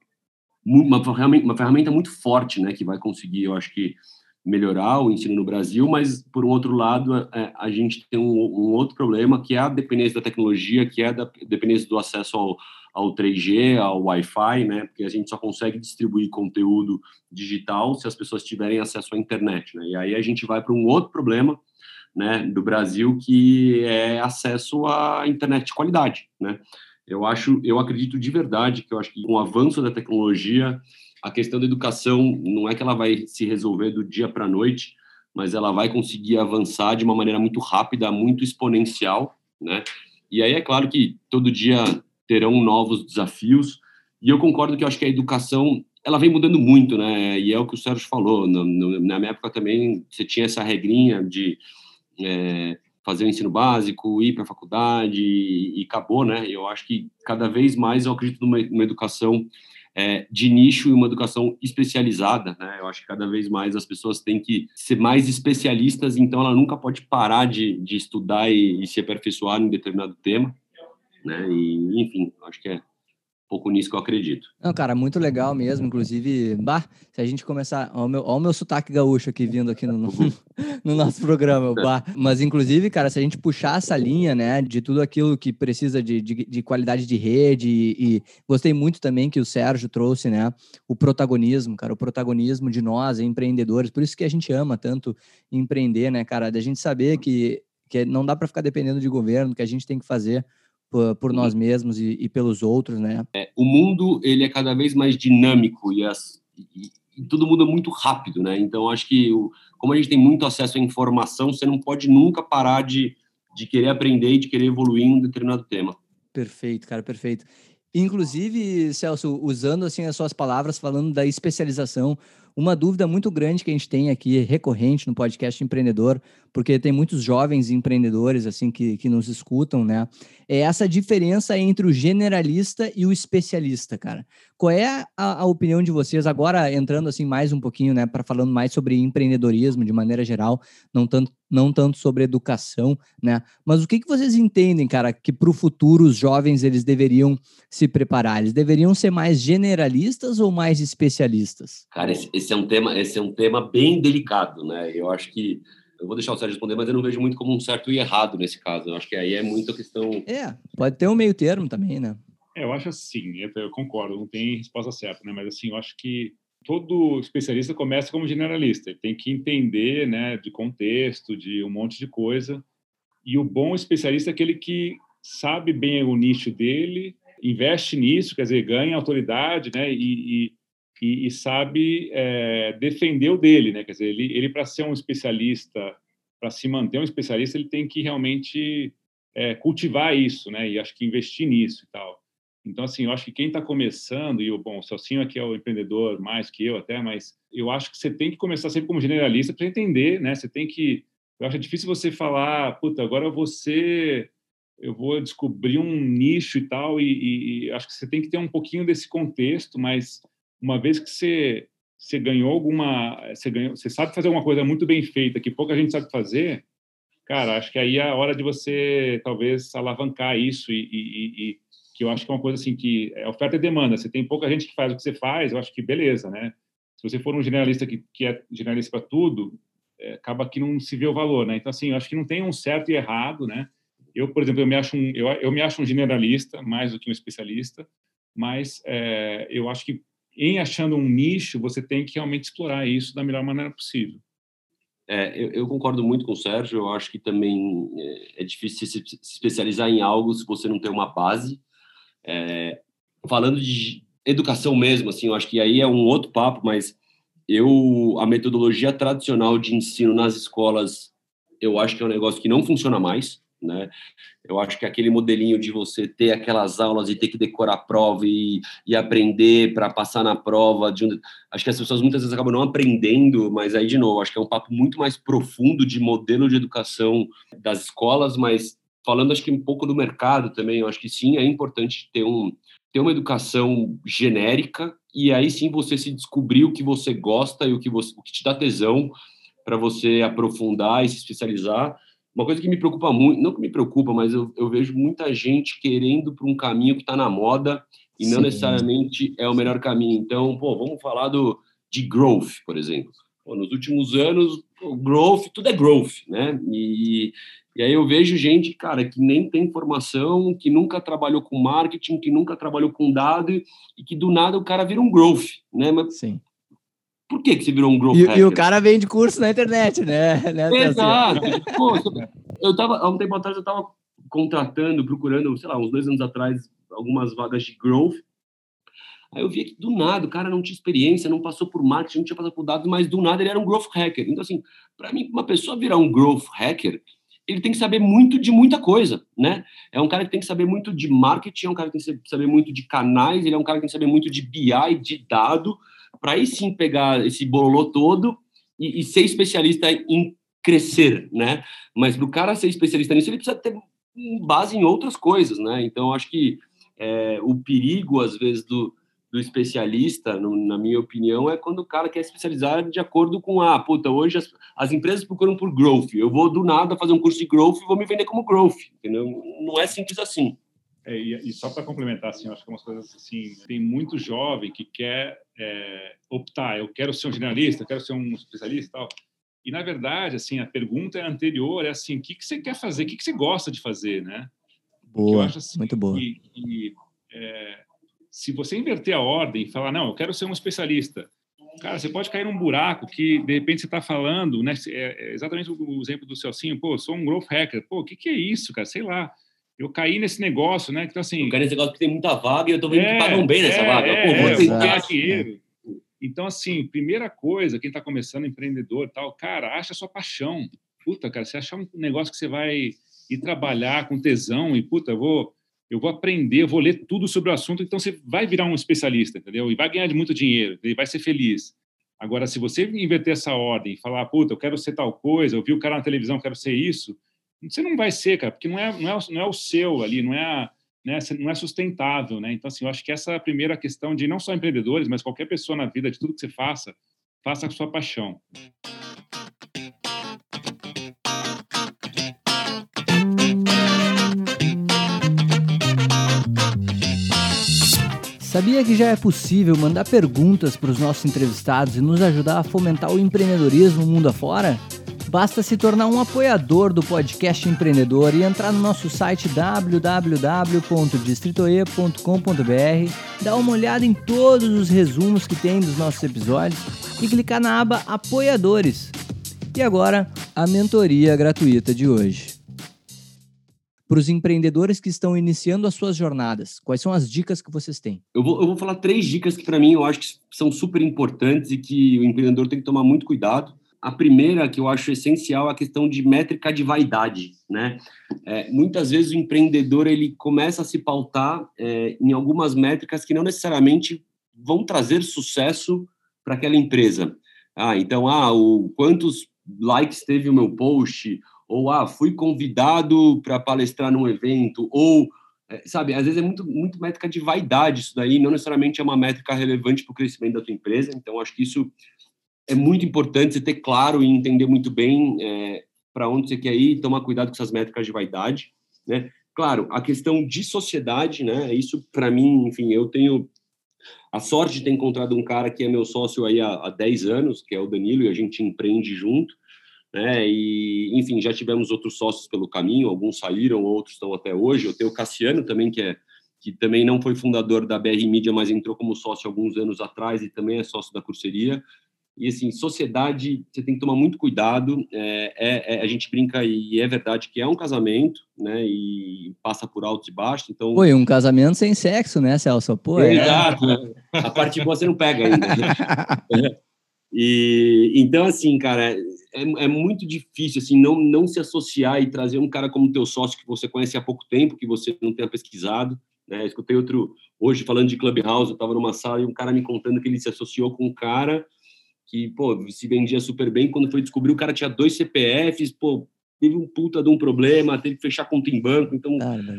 ferramenta muito forte, né, que vai conseguir, eu acho que, melhorar o ensino no Brasil, mas, por um outro lado, a gente tem um outro problema, que é a dependência da tecnologia, que é a dependência do acesso ao 3G, ao Wi-Fi, né, porque a gente só consegue distribuir conteúdo digital se as pessoas tiverem acesso à internet, né, e aí a gente vai para um outro problema, né, do Brasil, que é acesso à internet de qualidade, né. Eu acredito de verdade que eu acho que com o avanço da tecnologia, a questão da educação não é que ela vai se resolver do dia para a noite, mas ela vai conseguir avançar de uma maneira muito rápida, muito exponencial, né? E aí é claro que todo dia terão novos desafios, e eu concordo que eu acho que a educação ela vem mudando muito, né? E é o que o Sérgio falou, na minha época também você tinha essa regrinha de fazer o ensino básico, ir para a faculdade e acabou, né? Eu acho que cada vez mais eu acredito numa educação de nicho e uma educação especializada, né? Eu acho que cada vez mais as pessoas têm que ser mais especialistas, então ela nunca pode parar de estudar e se aperfeiçoar em determinado tema, né? E, enfim, acho que é pouco nisso que eu acredito. Não, cara, muito legal mesmo, inclusive, se a gente começar, ó o meu sotaque gaúcho aqui vindo aqui no nosso programa, mas inclusive, cara, se a gente puxar essa linha, né, de tudo aquilo que precisa de qualidade de rede e gostei muito também que o Sérgio trouxe, né, o protagonismo, cara, o protagonismo de nós, empreendedores, por isso que a gente ama tanto empreender, né, cara, da gente saber que não dá para ficar dependendo de governo, que a gente tem que fazer por nós mesmos e pelos outros, né? O mundo ele é cada vez mais dinâmico e e tudo muda muito rápido, né? Então, acho que como a gente tem muito acesso à informação, você não pode nunca parar de querer aprender e de querer evoluir em um determinado tema. Perfeito, cara, perfeito. Inclusive, Celso, usando assim as suas palavras, falando da especialização, uma dúvida muito grande que a gente tem aqui, recorrente no podcast Empreendedor, porque tem muitos jovens empreendedores assim que nos escutam, né? É essa diferença entre o generalista e o especialista, cara. Qual é a opinião de vocês, agora entrando assim mais um pouquinho, né, para falando mais sobre empreendedorismo de maneira geral, não tanto sobre educação, né? Mas o que vocês entendem, cara, que para o futuro os jovens eles deveriam se preparar? Eles deveriam ser mais generalistas ou mais especialistas? Cara, esse é um tema bem delicado, né? Eu acho que eu vou deixar o Sérgio responder, mas eu não vejo muito como um certo e errado nesse caso. Eu acho que aí é muita questão... Pode ter um meio termo também, né? Eu acho assim, eu concordo, não tem resposta certa, né? Mas assim, eu acho que todo especialista começa como generalista. Ele tem que entender, né, de contexto, de um monte de coisa. E o bom especialista é aquele que sabe bem o nicho dele, investe nisso, quer dizer, ganha autoridade, né? E sabe defender o dele, né? Quer dizer, ele para ser um especialista, para se manter um especialista, ele tem que realmente cultivar isso, né? E acho que investir nisso e tal. Então, assim, eu acho que quem está começando, e o Celcinho aqui é o empreendedor mais que eu até, mas eu acho que você tem que começar sempre como generalista para entender, né? Eu acho difícil você falar, puta, agora eu vou descobrir um nicho e tal, e acho que você tem que ter um pouquinho desse contexto, mas uma vez que você ganhou você sabe fazer uma coisa muito bem feita, que pouca gente sabe fazer, cara, acho que aí é a hora de você, talvez, alavancar isso e que eu acho que é uma coisa assim que é oferta e demanda. Você tem pouca gente que faz o que você faz, eu acho que beleza, né? Se você for um generalista que é generalista para tudo, acaba que não se vê o valor, né? Então, assim, eu acho que não tem um certo e errado, né? Eu, por exemplo, eu me acho um generalista mais do que um especialista, mas eu acho que em achando um nicho, você tem que realmente explorar isso da melhor maneira possível. Eu concordo muito com o Sérgio. Eu acho que também é difícil se especializar em algo se você não tem uma base. Falando de educação mesmo, assim, eu acho que aí é um outro papo, mas a metodologia tradicional de ensino nas escolas, eu acho que é um negócio que não funciona mais, né? Eu acho que aquele modelinho de você ter aquelas aulas e ter que decorar a prova e aprender para passar na prova, acho que as pessoas muitas vezes acabam não aprendendo, mas aí, de novo, acho que é um papo muito mais profundo de modelo de educação das escolas, mas falando, acho que um pouco do mercado também, eu acho que sim, é importante ter uma educação genérica e aí sim você se descobrir o que você gosta e o que te dá tesão para você aprofundar e se especializar. Uma coisa que me preocupa muito, não que me preocupa, mas eu vejo muita gente querendo para um caminho que está na moda e não necessariamente é o melhor caminho. Então, vamos falar de growth, por exemplo. Nos últimos anos, o growth, tudo é growth, né? E aí eu vejo gente, cara, que nem tem formação, que nunca trabalhou com marketing, que nunca trabalhou com dado e que do nada o cara vira um growth, né? Mas sim. Por que você virou um growth hacker? E o cara vende curso na internet, né? Exato. Há um tempo atrás eu estava procurando, sei lá, uns 2 anos atrás, algumas vagas de growth. Aí eu via que do nada o cara não tinha experiência, não passou por marketing, não tinha passado por dados, mas do nada ele era um growth hacker. Então, assim, para mim, uma pessoa virar um growth hacker, ele tem que saber muito de muita coisa, né? É um cara que tem que saber muito de marketing, é um cara que tem que saber muito de canais, ele é um cara que tem que saber muito de BI, de dado, para aí sim pegar esse bololô todo e ser especialista em crescer, né? Mas para o cara ser especialista nisso, ele precisa ter base em outras coisas, né? Então, acho que o perigo, às vezes, do especialista, na minha opinião, é quando o cara quer especializar de acordo com hoje as empresas procuram por growth, eu vou do nada fazer um curso de growth e vou me vender como growth, entendeu? Não é simples assim. E só para complementar, assim, eu acho que umas coisas assim, tem muito jovem que quer optar, eu quero ser um generalista, eu quero ser um especialista e tal. E, na verdade, assim, a pergunta anterior é assim, o que você quer fazer, o que você gosta de fazer, né? Boa, eu acho, assim, muito boa. Se você inverter a ordem e falar, não, eu quero ser um especialista, cara, você pode cair num buraco que, de repente, você está falando, né? Exatamente o exemplo do Celcinho, sou um growth hacker. O que é isso, cara? Sei lá. Eu caí nesse negócio, né? Então, assim... Eu caí nesse negócio porque tem muita vaga e eu tô vendo que pagam bem nessa vaga. Vou tentar dinheiro. Então, assim, primeira coisa, quem está começando, empreendedor e tal, cara, acha a sua paixão. Puta, cara, você achar um negócio que você vai ir trabalhar com tesão e, puta, eu vou aprender, eu vou ler tudo sobre o assunto, então você vai virar um especialista, entendeu? E vai ganhar muito dinheiro, e vai ser feliz. Agora, se você inverter essa ordem e falar, puta, eu quero ser tal coisa, eu vi o cara na televisão, eu quero ser isso, você não vai ser, cara, porque não é o seu ali, não é sustentável, né? Então, assim, eu acho que essa é a primeira questão de não só empreendedores, mas qualquer pessoa na vida, de tudo que você faça com a sua paixão. Sabia que já é possível mandar perguntas para os nossos entrevistados e nos ajudar a fomentar o empreendedorismo mundo afora? Basta se tornar um apoiador do podcast Empreendedor e entrar no nosso site www.distritoe.com.br, dar uma olhada em todos os resumos que tem dos nossos episódios e clicar na aba Apoiadores. E agora, a mentoria gratuita de hoje. Para os empreendedores que estão iniciando as suas jornadas, quais são as dicas que vocês têm? Eu vou falar 3 dicas que, para mim, eu acho que são super importantes e que o empreendedor tem que tomar muito cuidado. A primeira, que eu acho essencial, é a questão de métrica de vaidade, né? Muitas vezes o empreendedor ele começa a se pautar em algumas métricas que não necessariamente vão trazer sucesso para aquela empresa. Então, quantos likes teve o meu post, ou fui convidado para palestrar num evento, ou, sabe, às vezes é muito métrica de vaidade isso daí, não necessariamente é uma métrica relevante para o crescimento da tua empresa. Então, acho que isso é muito importante você ter claro e entender muito bem para onde você quer ir, tomar cuidado com essas métricas de vaidade, né? Claro, a questão de sociedade, né? Isso, para mim, enfim, eu tenho a sorte de ter encontrado um cara que é meu sócio aí há 10 anos, que é o Danilo, e a gente empreende junto, né? E, enfim, já tivemos outros sócios pelo caminho, alguns saíram, outros estão até hoje. Eu tenho o Cassiano também, que também não foi fundador da BR Media, mas entrou como sócio alguns anos atrás e também é sócio da Curseria. E, assim, sociedade, você tem que tomar muito cuidado. A gente brinca, e é verdade, que é um casamento, né? E passa por altos e baixos. Então, Foi um casamento sem sexo, né, Celso? Pô, exato. A parte boa você não pega ainda. E então, assim, cara, é muito difícil, assim, não se associar e trazer um cara como teu sócio que você conhece há pouco tempo, que você não tenha pesquisado, né? Escutei hoje falando de Clubhouse, eu estava numa sala e um cara me contando que ele se associou com um cara que, pô, se vendia super bem. Quando foi descobrir, o cara tinha 2 CPFs, pô, teve um puta de um problema, teve que fechar conta em banco. Então,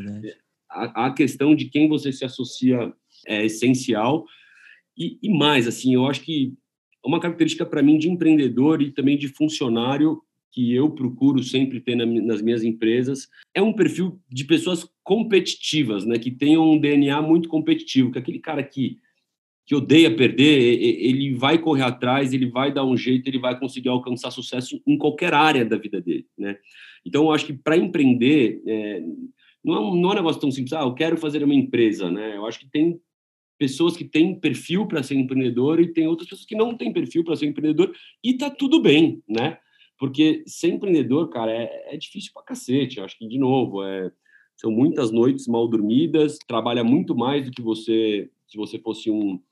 a questão de quem você se associa é essencial. E mais, assim, eu acho que uma característica para mim de empreendedor e também de funcionário que eu procuro sempre ter nas minhas empresas é um perfil de pessoas competitivas, né, que tenham um DNA muito competitivo, que aquele cara que odeia perder, ele vai correr atrás, ele vai dar um jeito, ele vai conseguir alcançar sucesso em qualquer área da vida dele, né? Então, eu acho que para empreender, não é um negócio tão simples, eu quero fazer uma empresa, né? Eu acho que tem pessoas que têm perfil para ser empreendedor e tem outras pessoas que não têm perfil para ser empreendedor, e tá tudo bem, né? Porque ser empreendedor, cara, é difícil pra cacete. Eu acho que, de novo, são muitas noites mal dormidas, trabalha muito mais do que se você fosse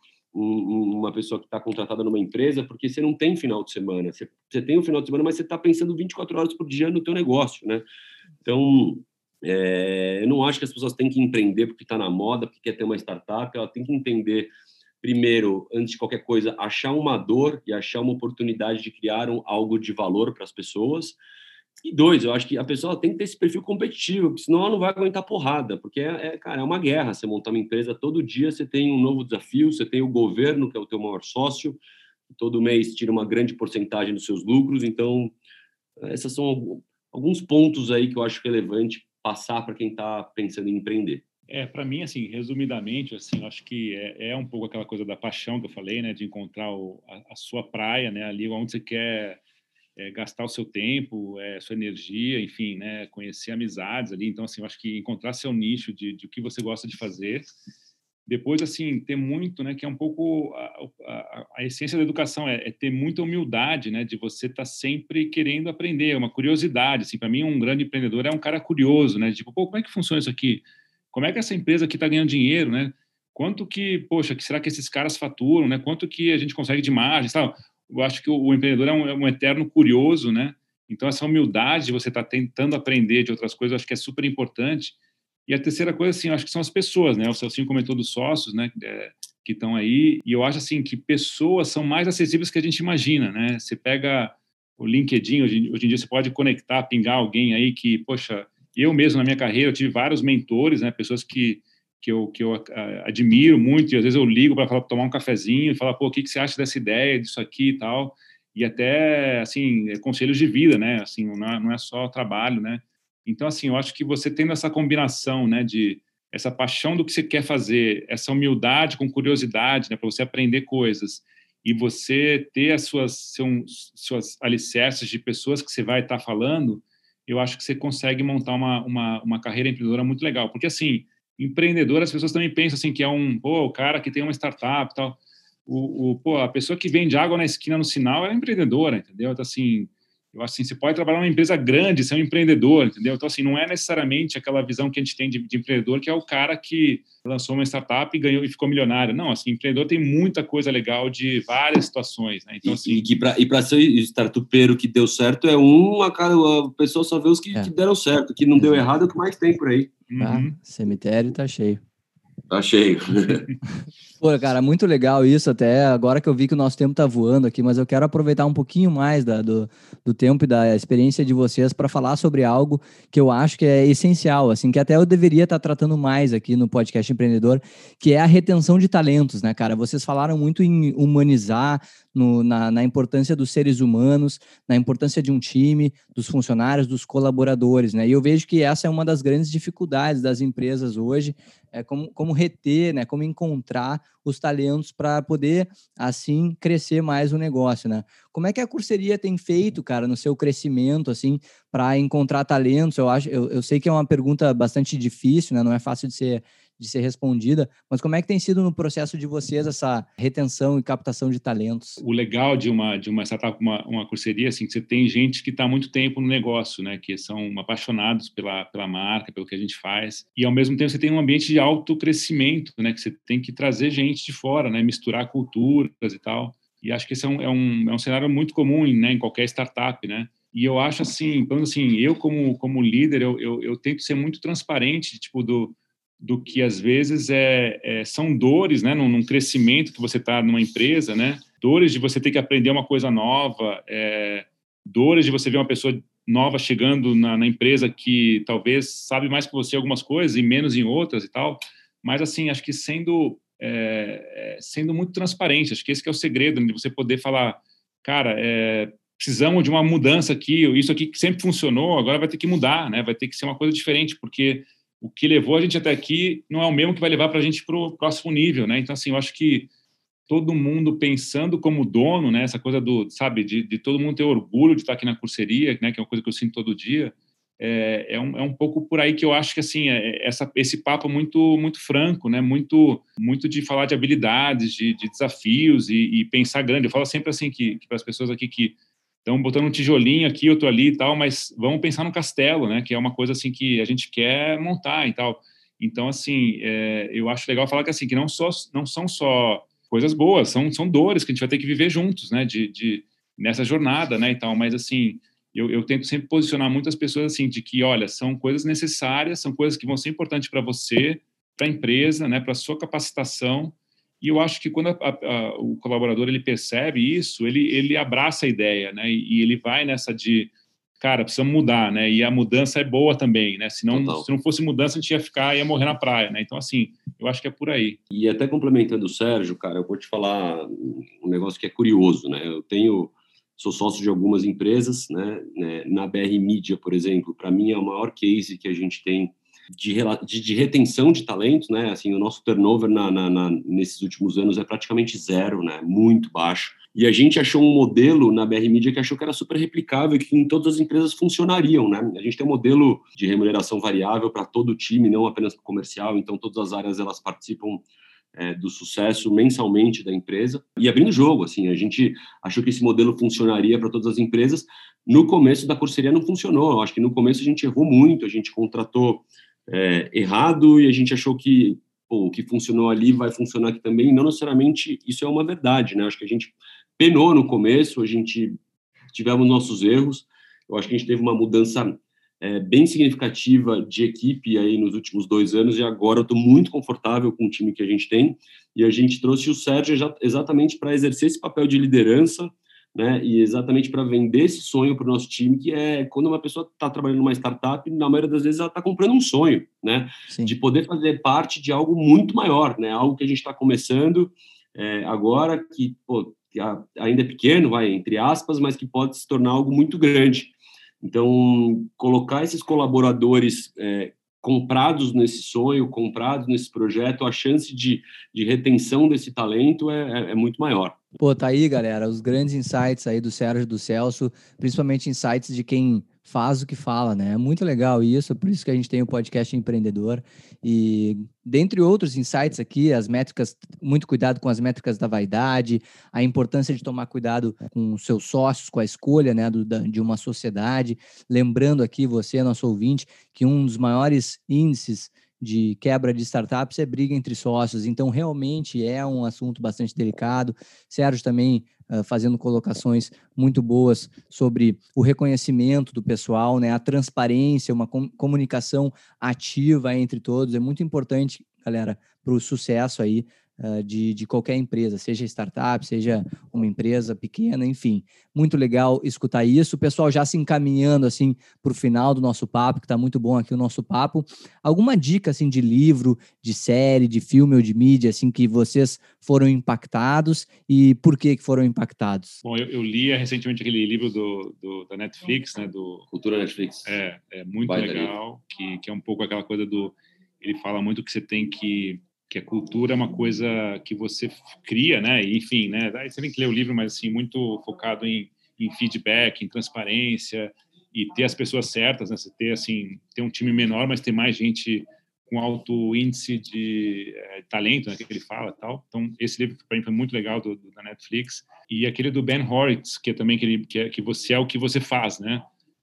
uma pessoa que está contratada numa empresa, porque você não tem final de semana. Você tem um final de semana, mas você está pensando 24 horas por dia no teu negócio, né? Então, eu não acho que as pessoas têm que empreender porque está na moda, porque quer ter uma startup. Ela tem que entender, primeiro, antes de qualquer coisa, achar uma dor e achar uma oportunidade de criar algo de valor para as pessoas. E 2, eu acho que a pessoa tem que ter esse perfil competitivo, porque senão ela não vai aguentar porrada, porque, cara, é uma guerra você montar uma empresa. Todo dia você tem um novo desafio, você tem o governo, que é o teu maior sócio, que todo mês tira uma grande porcentagem dos seus lucros. Então, esses são alguns pontos aí que eu acho relevante passar para quem está pensando em empreender. Para mim, assim, resumidamente, assim, eu acho que é um pouco aquela coisa da paixão que eu falei, né, de encontrar a sua praia, né, ali onde você quer gastar o seu tempo, sua energia, enfim, né, conhecer amizades ali. Então, assim, eu acho que encontrar seu nicho de o que você gosta de fazer. Depois, assim, ter muito, né, que é um pouco a essência da educação, é ter muita humildade, né, de você estar sempre querendo aprender, uma curiosidade. Assim, para mim, um grande empreendedor é um cara curioso, né, tipo, pô, como é que funciona isso aqui? Como é que essa empresa aqui está ganhando dinheiro, né? quanto que, poxa, que será que esses caras faturam, né? Quanto que a gente consegue de margem, sabe? Eu acho que o empreendedor é um eterno curioso, né? Então, essa humildade de você estar tentando aprender de outras coisas, eu acho que é super importante. E a terceira coisa, assim, eu acho que são as pessoas, né? O Celcinho comentou dos sócios, né? Que estão aí. E eu acho, assim, que pessoas são mais acessíveis que a gente imagina, né? Você pega o LinkedIn, hoje em dia você pode conectar, pingar alguém aí que, poxa, eu mesmo na minha carreira, eu tive vários mentores, né? Pessoas que eu admiro muito, e às vezes eu ligo para tomar um cafezinho e falar, pô, o que você acha dessa ideia, disso aqui e tal, e até, assim, conselhos de vida, né, assim, não é só trabalho, né, então, assim, eu acho que você tendo essa combinação, né, de essa paixão do que você quer fazer, essa humildade com curiosidade, né, para você aprender coisas, e você ter as suas alicerces de pessoas que você vai estar falando, eu acho que você consegue montar uma carreira empreendedora muito legal, porque, assim, empreendedor, as pessoas também pensam assim que é o cara que tem uma startup e tal. A pessoa que vende água na esquina no sinal é empreendedora, entendeu? Então, assim, eu acho assim, você pode trabalhar numa empresa grande, ser um empreendedor, entendeu? Então, assim, não é necessariamente aquela visão que a gente tem de empreendedor, que é o cara que lançou uma startup e ganhou e ficou milionário. Não, assim, empreendedor tem muita coisa legal de várias situações, né? Então, assim... E para ser startupeiro que deu certo, a pessoa só vê os que deram certo, que não deu errado é o que mais tem por aí. Cemitério tá cheio. Tá cheio. Pô, cara, muito legal isso, até agora que eu vi que o nosso tempo tá voando aqui, mas eu quero aproveitar um pouquinho mais do tempo e da experiência de vocês para falar sobre algo que eu acho que é essencial, assim, que até eu deveria estar tratando mais aqui no Podcast Empreendedor, que é a retenção de talentos, né, cara? Vocês falaram muito em humanizar, na importância dos seres humanos, na importância de um time, dos funcionários, dos colaboradores, né? E eu vejo que essa é uma das grandes dificuldades das empresas hoje, como reter, né? Como encontrar os talentos para poder, assim, crescer mais o negócio, né? Como é que a Curseria tem feito, cara, no seu crescimento, assim, para encontrar talentos? Eu sei que é uma pergunta bastante difícil, né? Não é fácil de ser respondida, mas como é que tem sido no processo de vocês essa retenção e captação de talentos? O legal de uma startup, uma curseria, assim, que você tem gente que está há muito tempo no negócio, né, que são apaixonados pela marca, pelo que a gente faz, e ao mesmo tempo você tem um ambiente de alto crescimento, né, que você tem que trazer gente de fora, né, misturar culturas e tal, e acho que esse é um cenário muito comum, né, em qualquer startup, né, e eu acho assim, então, assim, eu como líder, eu tento ser muito transparente, tipo, do que às vezes são dores, né, num crescimento que você está numa empresa, né, dores de você ter que aprender uma coisa nova, dores de você ver uma pessoa nova chegando na empresa que talvez sabe mais que você algumas coisas e menos em outras e tal, mas assim, acho que sendo muito transparente, acho que esse que é o segredo, de você poder falar, cara, precisamos de uma mudança aqui, isso aqui que sempre funcionou, agora vai ter que mudar, né, vai ter que ser uma coisa diferente, porque o que levou a gente até aqui não é o mesmo que vai levar para a gente para o próximo nível, né? Então, assim, eu acho que todo mundo pensando como dono, né? Essa coisa sabe, de todo mundo ter orgulho de estar aqui na curseria, né? Que é uma coisa que eu sinto todo dia. É um pouco por aí que eu acho que, assim, esse papo muito, muito franco, né? Muito, muito de falar de habilidades, de desafios e pensar grande. Eu falo sempre, assim, que para as pessoas aqui que estão botando um tijolinho aqui, outro ali e tal, mas vamos pensar no castelo, né? Que é uma coisa assim que a gente quer montar e tal. Então, assim, eu acho legal falar que assim que não são só coisas boas, são dores que a gente vai ter que viver juntos, né? Nessa jornada, né? E tal. Mas assim, eu tento sempre posicionar muitas pessoas assim de que, olha, são coisas necessárias, são coisas que vão ser importantes para você, para a empresa, né? Para a sua capacitação. E eu acho que quando o colaborador ele percebe isso, ele abraça a ideia, né? E ele vai nessa de, cara, precisamos mudar, né? E a mudança é boa também, né? Se não fosse mudança, a gente ia morrer na praia, né? Então, assim, eu acho que é por aí. E até complementando o Sérgio, cara, eu vou te falar um negócio que é curioso, né? Sou sócio de algumas empresas, né? Na BR Media, por exemplo, para mim é o maior case que a gente tem de retenção de talentos, né? Assim, o nosso turnover nesses últimos anos é praticamente zero, né? Muito baixo. E a gente achou um modelo na BR Media que achou que era super replicável e que em todas as empresas funcionariam, né? A gente tem um modelo de remuneração variável para todo o time, não apenas para o comercial, então todas as áreas elas participam do sucesso mensalmente da empresa. E abrindo o jogo, assim, a gente achou que esse modelo funcionaria para todas as empresas. No começo da Curseria não funcionou. Eu acho que no começo a gente errou muito, a gente contratou errado e a gente achou que o que funcionou ali vai funcionar aqui também. Não necessariamente isso é uma verdade, né? Acho que a gente penou no começo, a gente tivemos nossos erros. Eu acho que a gente teve uma mudança bem significativa de equipe aí nos últimos 2 anos, e agora eu estou muito confortável com o time que a gente tem, e a gente trouxe o Sérgio exatamente para exercer esse papel de liderança, né, e exatamente para vender esse sonho para o nosso time, que é quando uma pessoa está trabalhando numa startup, na maioria das vezes ela está comprando um sonho, né, de poder fazer parte de algo muito maior, né, algo que a gente está começando agora, que ainda é pequeno, entre aspas, mas que pode se tornar algo muito grande. Então, colocar esses colaboradores comprados nesse sonho, comprados nesse projeto, a chance de retenção desse talento é muito maior. Pô, tá aí, galera, os grandes insights aí do Sérgio e do Celso, principalmente insights de quem faz o que fala, né? É muito legal isso, por isso que a gente tem o podcast Empreendedor. E, dentre outros insights aqui, as métricas, muito cuidado com as métricas da vaidade, a importância de tomar cuidado com os seus sócios, com a escolha, né, de uma sociedade. Lembrando aqui, você, nosso ouvinte, que um dos maiores índices de quebra de startups é briga entre sócios, então realmente é um assunto bastante delicado. Sérgio também fazendo colocações muito boas sobre o reconhecimento do pessoal, né? A transparência, uma comunicação ativa entre todos, é muito importante, galera, para o sucesso aí de qualquer empresa, seja startup, seja uma empresa pequena, enfim. Muito legal escutar isso. O pessoal já se encaminhando assim para o final do nosso papo, que está muito bom aqui o nosso papo. Alguma dica assim de livro, de série, de filme ou de mídia assim que vocês foram impactados e por que foram impactados? Bom, eu li recentemente aquele livro da Netflix, né? Do Cultura Netflix. É muito legal, que é um pouco aquela coisa ele fala muito que você tem que a cultura é uma coisa que você cria, né? E, enfim, né? Aí você tem que ler o livro, mas assim muito focado em feedback, em transparência e ter as pessoas certas, né? Você ter um time menor, mas ter mais gente com alto índice de talento, né? Que ele fala, tal. Então esse livro para mim foi muito legal da Netflix, e aquele do Ben Horowitz, que é também que você é o que você faz, né?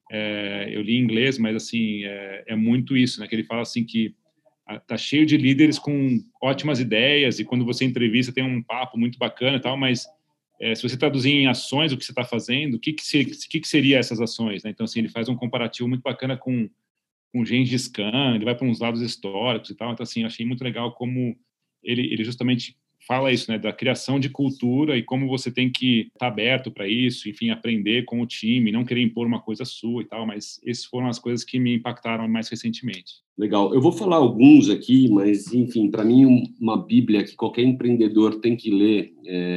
Eu li em inglês, mas assim é muito isso, né? Que ele fala assim que tá cheio de líderes com ótimas ideias, e quando você entrevista tem um papo muito bacana e tal, mas se você traduzir em ações o que você está fazendo, o que seria essas ações, né? Então, assim, ele faz um comparativo muito bacana com Gengis Khan, ele vai para uns lados históricos e tal. Então, assim, eu achei muito legal como ele justamente fala isso, né, da criação de cultura e como você tem que estar aberto para isso, enfim, aprender com o time, não querer impor uma coisa sua e tal, mas essas foram as coisas que me impactaram mais recentemente. Legal. Eu vou falar alguns aqui, mas, enfim, para mim, uma bíblia que qualquer empreendedor tem que ler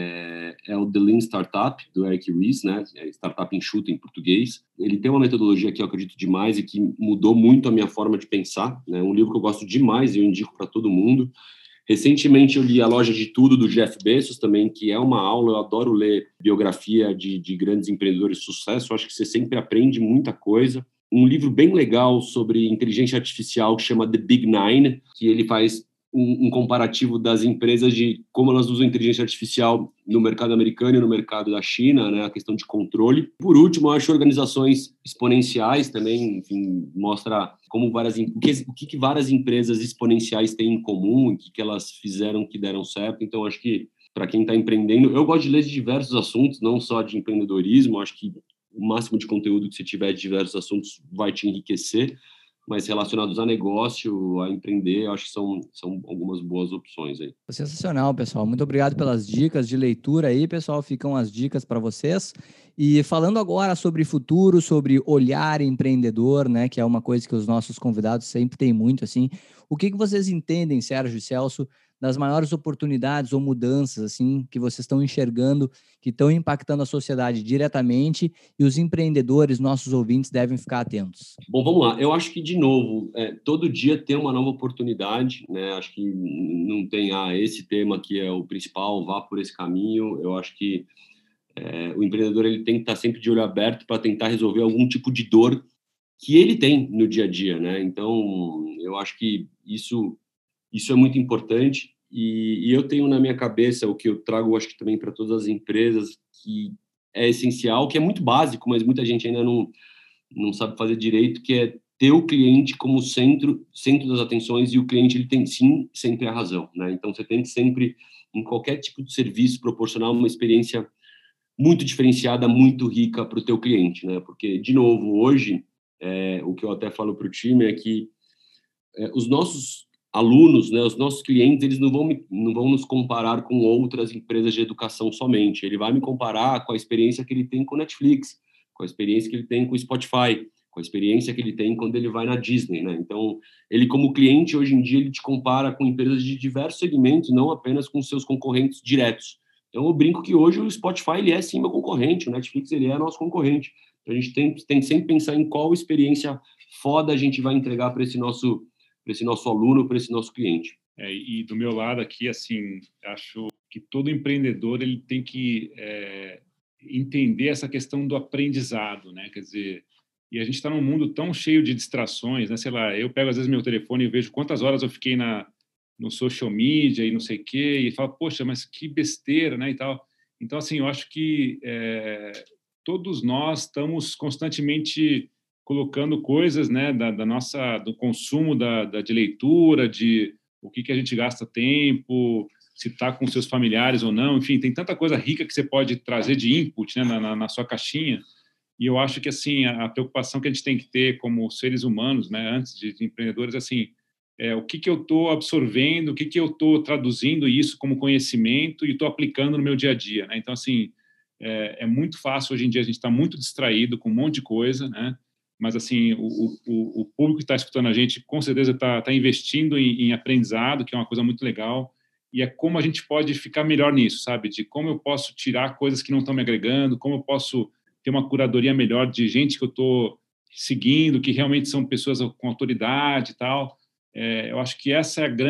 é o The Lean Startup, do Eric Ries, né? Startup enxuta em português. Ele tem uma metodologia que eu acredito demais e que mudou muito a minha forma de pensar, né? Um livro que eu gosto demais e eu indico para todo mundo. Recentemente eu li A Loja de Tudo, do Jeff Bezos também, que é uma aula. Eu adoro ler biografia de grandes empreendedores de sucesso. Eu acho que você sempre aprende muita coisa. Um livro bem legal sobre inteligência artificial que chama The Big Nine, que ele faz um comparativo das empresas de como elas usam inteligência artificial no mercado americano e no mercado da China, né, a questão de controle. Por último, eu acho Organizações Exponenciais também, enfim, mostra como o que várias empresas exponenciais têm em comum, o que elas fizeram que deram certo. Então, acho que para quem está empreendendo, eu gosto de ler de diversos assuntos, não só de empreendedorismo. Acho que o máximo de conteúdo que você tiver de diversos assuntos vai te enriquecer, mas relacionados a negócio, a empreender, eu acho que são algumas boas opções aí. Sensacional, pessoal. Muito obrigado pelas dicas de leitura aí, pessoal. Ficam as dicas para vocês. E falando agora sobre futuro, sobre olhar empreendedor, né, que é uma coisa que os nossos convidados sempre têm muito, assim. O que vocês entendem, Sérgio e Celso, das maiores oportunidades ou mudanças assim que vocês estão enxergando, que estão impactando a sociedade diretamente, e os empreendedores, nossos ouvintes, devem ficar atentos? Bom, vamos lá. Eu acho que, de novo, todo dia tem uma nova oportunidade, né? Acho que não tem esse tema que é o principal, vá por esse caminho. Eu acho que o empreendedor ele tem que estar sempre de olho aberto para tentar resolver algum tipo de dor que ele tem no dia a dia, né? Então, eu acho que isso é muito importante, e eu tenho na minha cabeça o que eu trago, acho que também para todas as empresas, que é essencial, que é muito básico, mas muita gente ainda não sabe fazer direito, que é ter o cliente como centro das atenções, e o cliente ele tem sim sempre a razão, né? Então você tem que sempre, em qualquer tipo de serviço, proporcionar uma experiência muito diferenciada, muito rica para o teu cliente, né? Porque, de novo, hoje, o que eu até falo para o time é que os nossos alunos, né, os nossos clientes, eles não vão nos comparar com outras empresas de educação somente. Ele vai me comparar com a experiência que ele tem com Netflix, com a experiência que ele tem com Spotify, com a experiência que ele tem quando ele vai na Disney, né? Então, ele como cliente, hoje em dia, ele te compara com empresas de diversos segmentos, não apenas com seus concorrentes diretos. Então, eu brinco que hoje o Spotify, ele é sim meu concorrente, o Netflix, ele é nosso concorrente. Então, a gente tem que sempre pensar em qual experiência foda a gente vai entregar para esse nosso aluno, para esse nosso cliente. E do meu lado aqui, assim, acho que todo empreendedor ele tem que entender essa questão do aprendizado, né? Quer dizer, e a gente está num mundo tão cheio de distrações, né? Sei lá, eu pego às vezes meu telefone e vejo quantas horas eu fiquei no social media e não sei o quê, e falo, poxa, mas que besteira, né, e tal. Então, assim, eu acho que todos nós estamos constantemente colocando coisas, né, do consumo de leitura, de o que a gente gasta tempo, se está com seus familiares ou não, enfim, tem tanta coisa rica que você pode trazer de input, né, na sua caixinha. E eu acho que, assim, a preocupação que a gente tem que ter como seres humanos, né, antes de empreendedores, assim, o que eu estou absorvendo, o que eu estou traduzindo isso como conhecimento e estou aplicando no meu dia a dia, né? Então, assim, é muito fácil hoje em dia, a gente está muito distraído com um monte de coisa, né? Mas, assim, o público que está escutando a gente, com certeza está investindo em aprendizado, que é uma coisa muito legal, e é como a gente pode ficar melhor nisso, sabe? De como eu posso tirar coisas que não estão me agregando, como eu posso ter uma curadoria melhor de gente que eu estou seguindo, que realmente são pessoas com autoridade e tal. Eu acho que essa é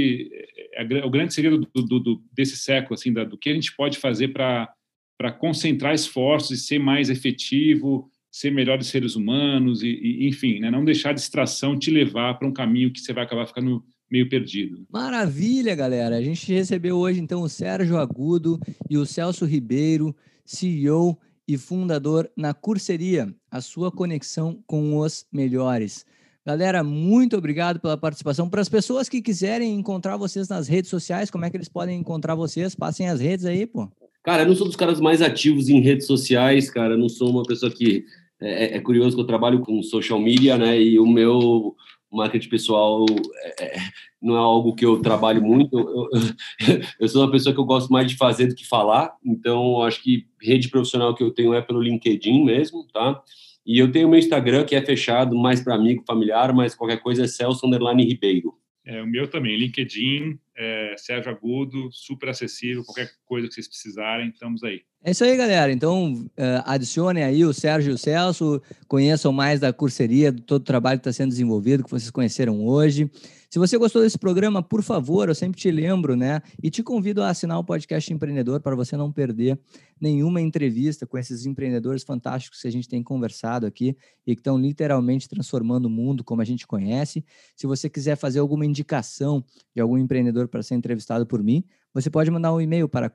o grande segredo desse século, assim, do que a gente pode fazer para concentrar esforços e ser mais efetivo, ser melhores seres humanos e enfim, né, não deixar a distração te levar para um caminho que você vai acabar ficando meio perdido. Maravilha, galera! A gente recebeu hoje, então, o Sérgio Agudo e o Celso Ribeiro, CEO e fundador na Curseria, a sua conexão com os melhores. Galera, muito obrigado pela participação. Para as pessoas que quiserem encontrar vocês nas redes sociais, como é que eles podem encontrar vocês? Passem as redes aí, pô. Cara, eu não sou dos caras mais ativos em redes sociais, cara. Eu não sou uma pessoa que... É curioso que eu trabalho com social media, né? E o meu marketing pessoal não é algo que eu trabalho muito. Eu sou uma pessoa que eu gosto mais de fazer do que falar. Então, acho que rede profissional que eu tenho é pelo LinkedIn mesmo, tá? E eu tenho meu Instagram, que é fechado, mais para amigo, familiar, mas qualquer coisa é Celso_Ribeiro. O meu também, LinkedIn, Sérgio Agudo, super acessível, qualquer coisa que vocês precisarem, estamos aí. É isso aí, galera. Então, adicionem aí o Sérgio e o Celso, conheçam mais da Curseria, de todo o trabalho que está sendo desenvolvido, que vocês conheceram hoje. Se você gostou desse programa, por favor, eu sempre te lembro, né? E te convido a assinar o Podcast Empreendedor para você não perder nenhuma entrevista com esses empreendedores fantásticos que a gente tem conversado aqui e que estão literalmente transformando o mundo como a gente conhece. Se você quiser fazer alguma indicação de algum empreendedor para ser entrevistado por mim, você pode mandar um e-mail para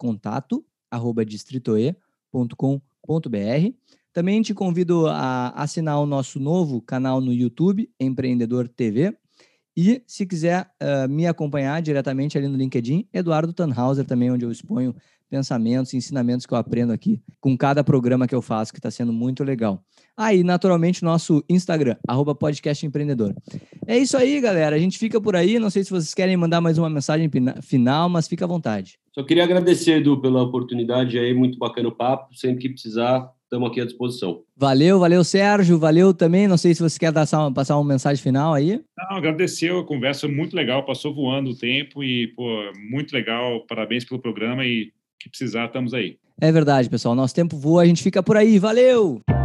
contato@distritoe.com.br. Também te convido a assinar o nosso novo canal no YouTube, Empreendedor TV. E se quiser me acompanhar diretamente ali no LinkedIn, Eduardo Tannhauser também, onde eu exponho pensamentos e ensinamentos que eu aprendo aqui com cada programa que eu faço, que está sendo muito legal. E naturalmente nosso Instagram, @podcastempreendedor. É isso aí, galera. A gente fica por aí. Não sei se vocês querem mandar mais uma mensagem final, mas fica à vontade. Só queria agradecer, Edu, pela oportunidade aí. Muito bacana o papo. Sempre que precisar, estamos aqui à disposição. Valeu, Sérgio. Valeu também. Não sei se você quer passar uma mensagem final aí. Não, agradeceu. A conversa muito legal. Passou voando o tempo e, muito legal. Parabéns pelo programa e que precisar, estamos aí. É verdade, pessoal. Nosso tempo voa. A gente fica por aí. Valeu!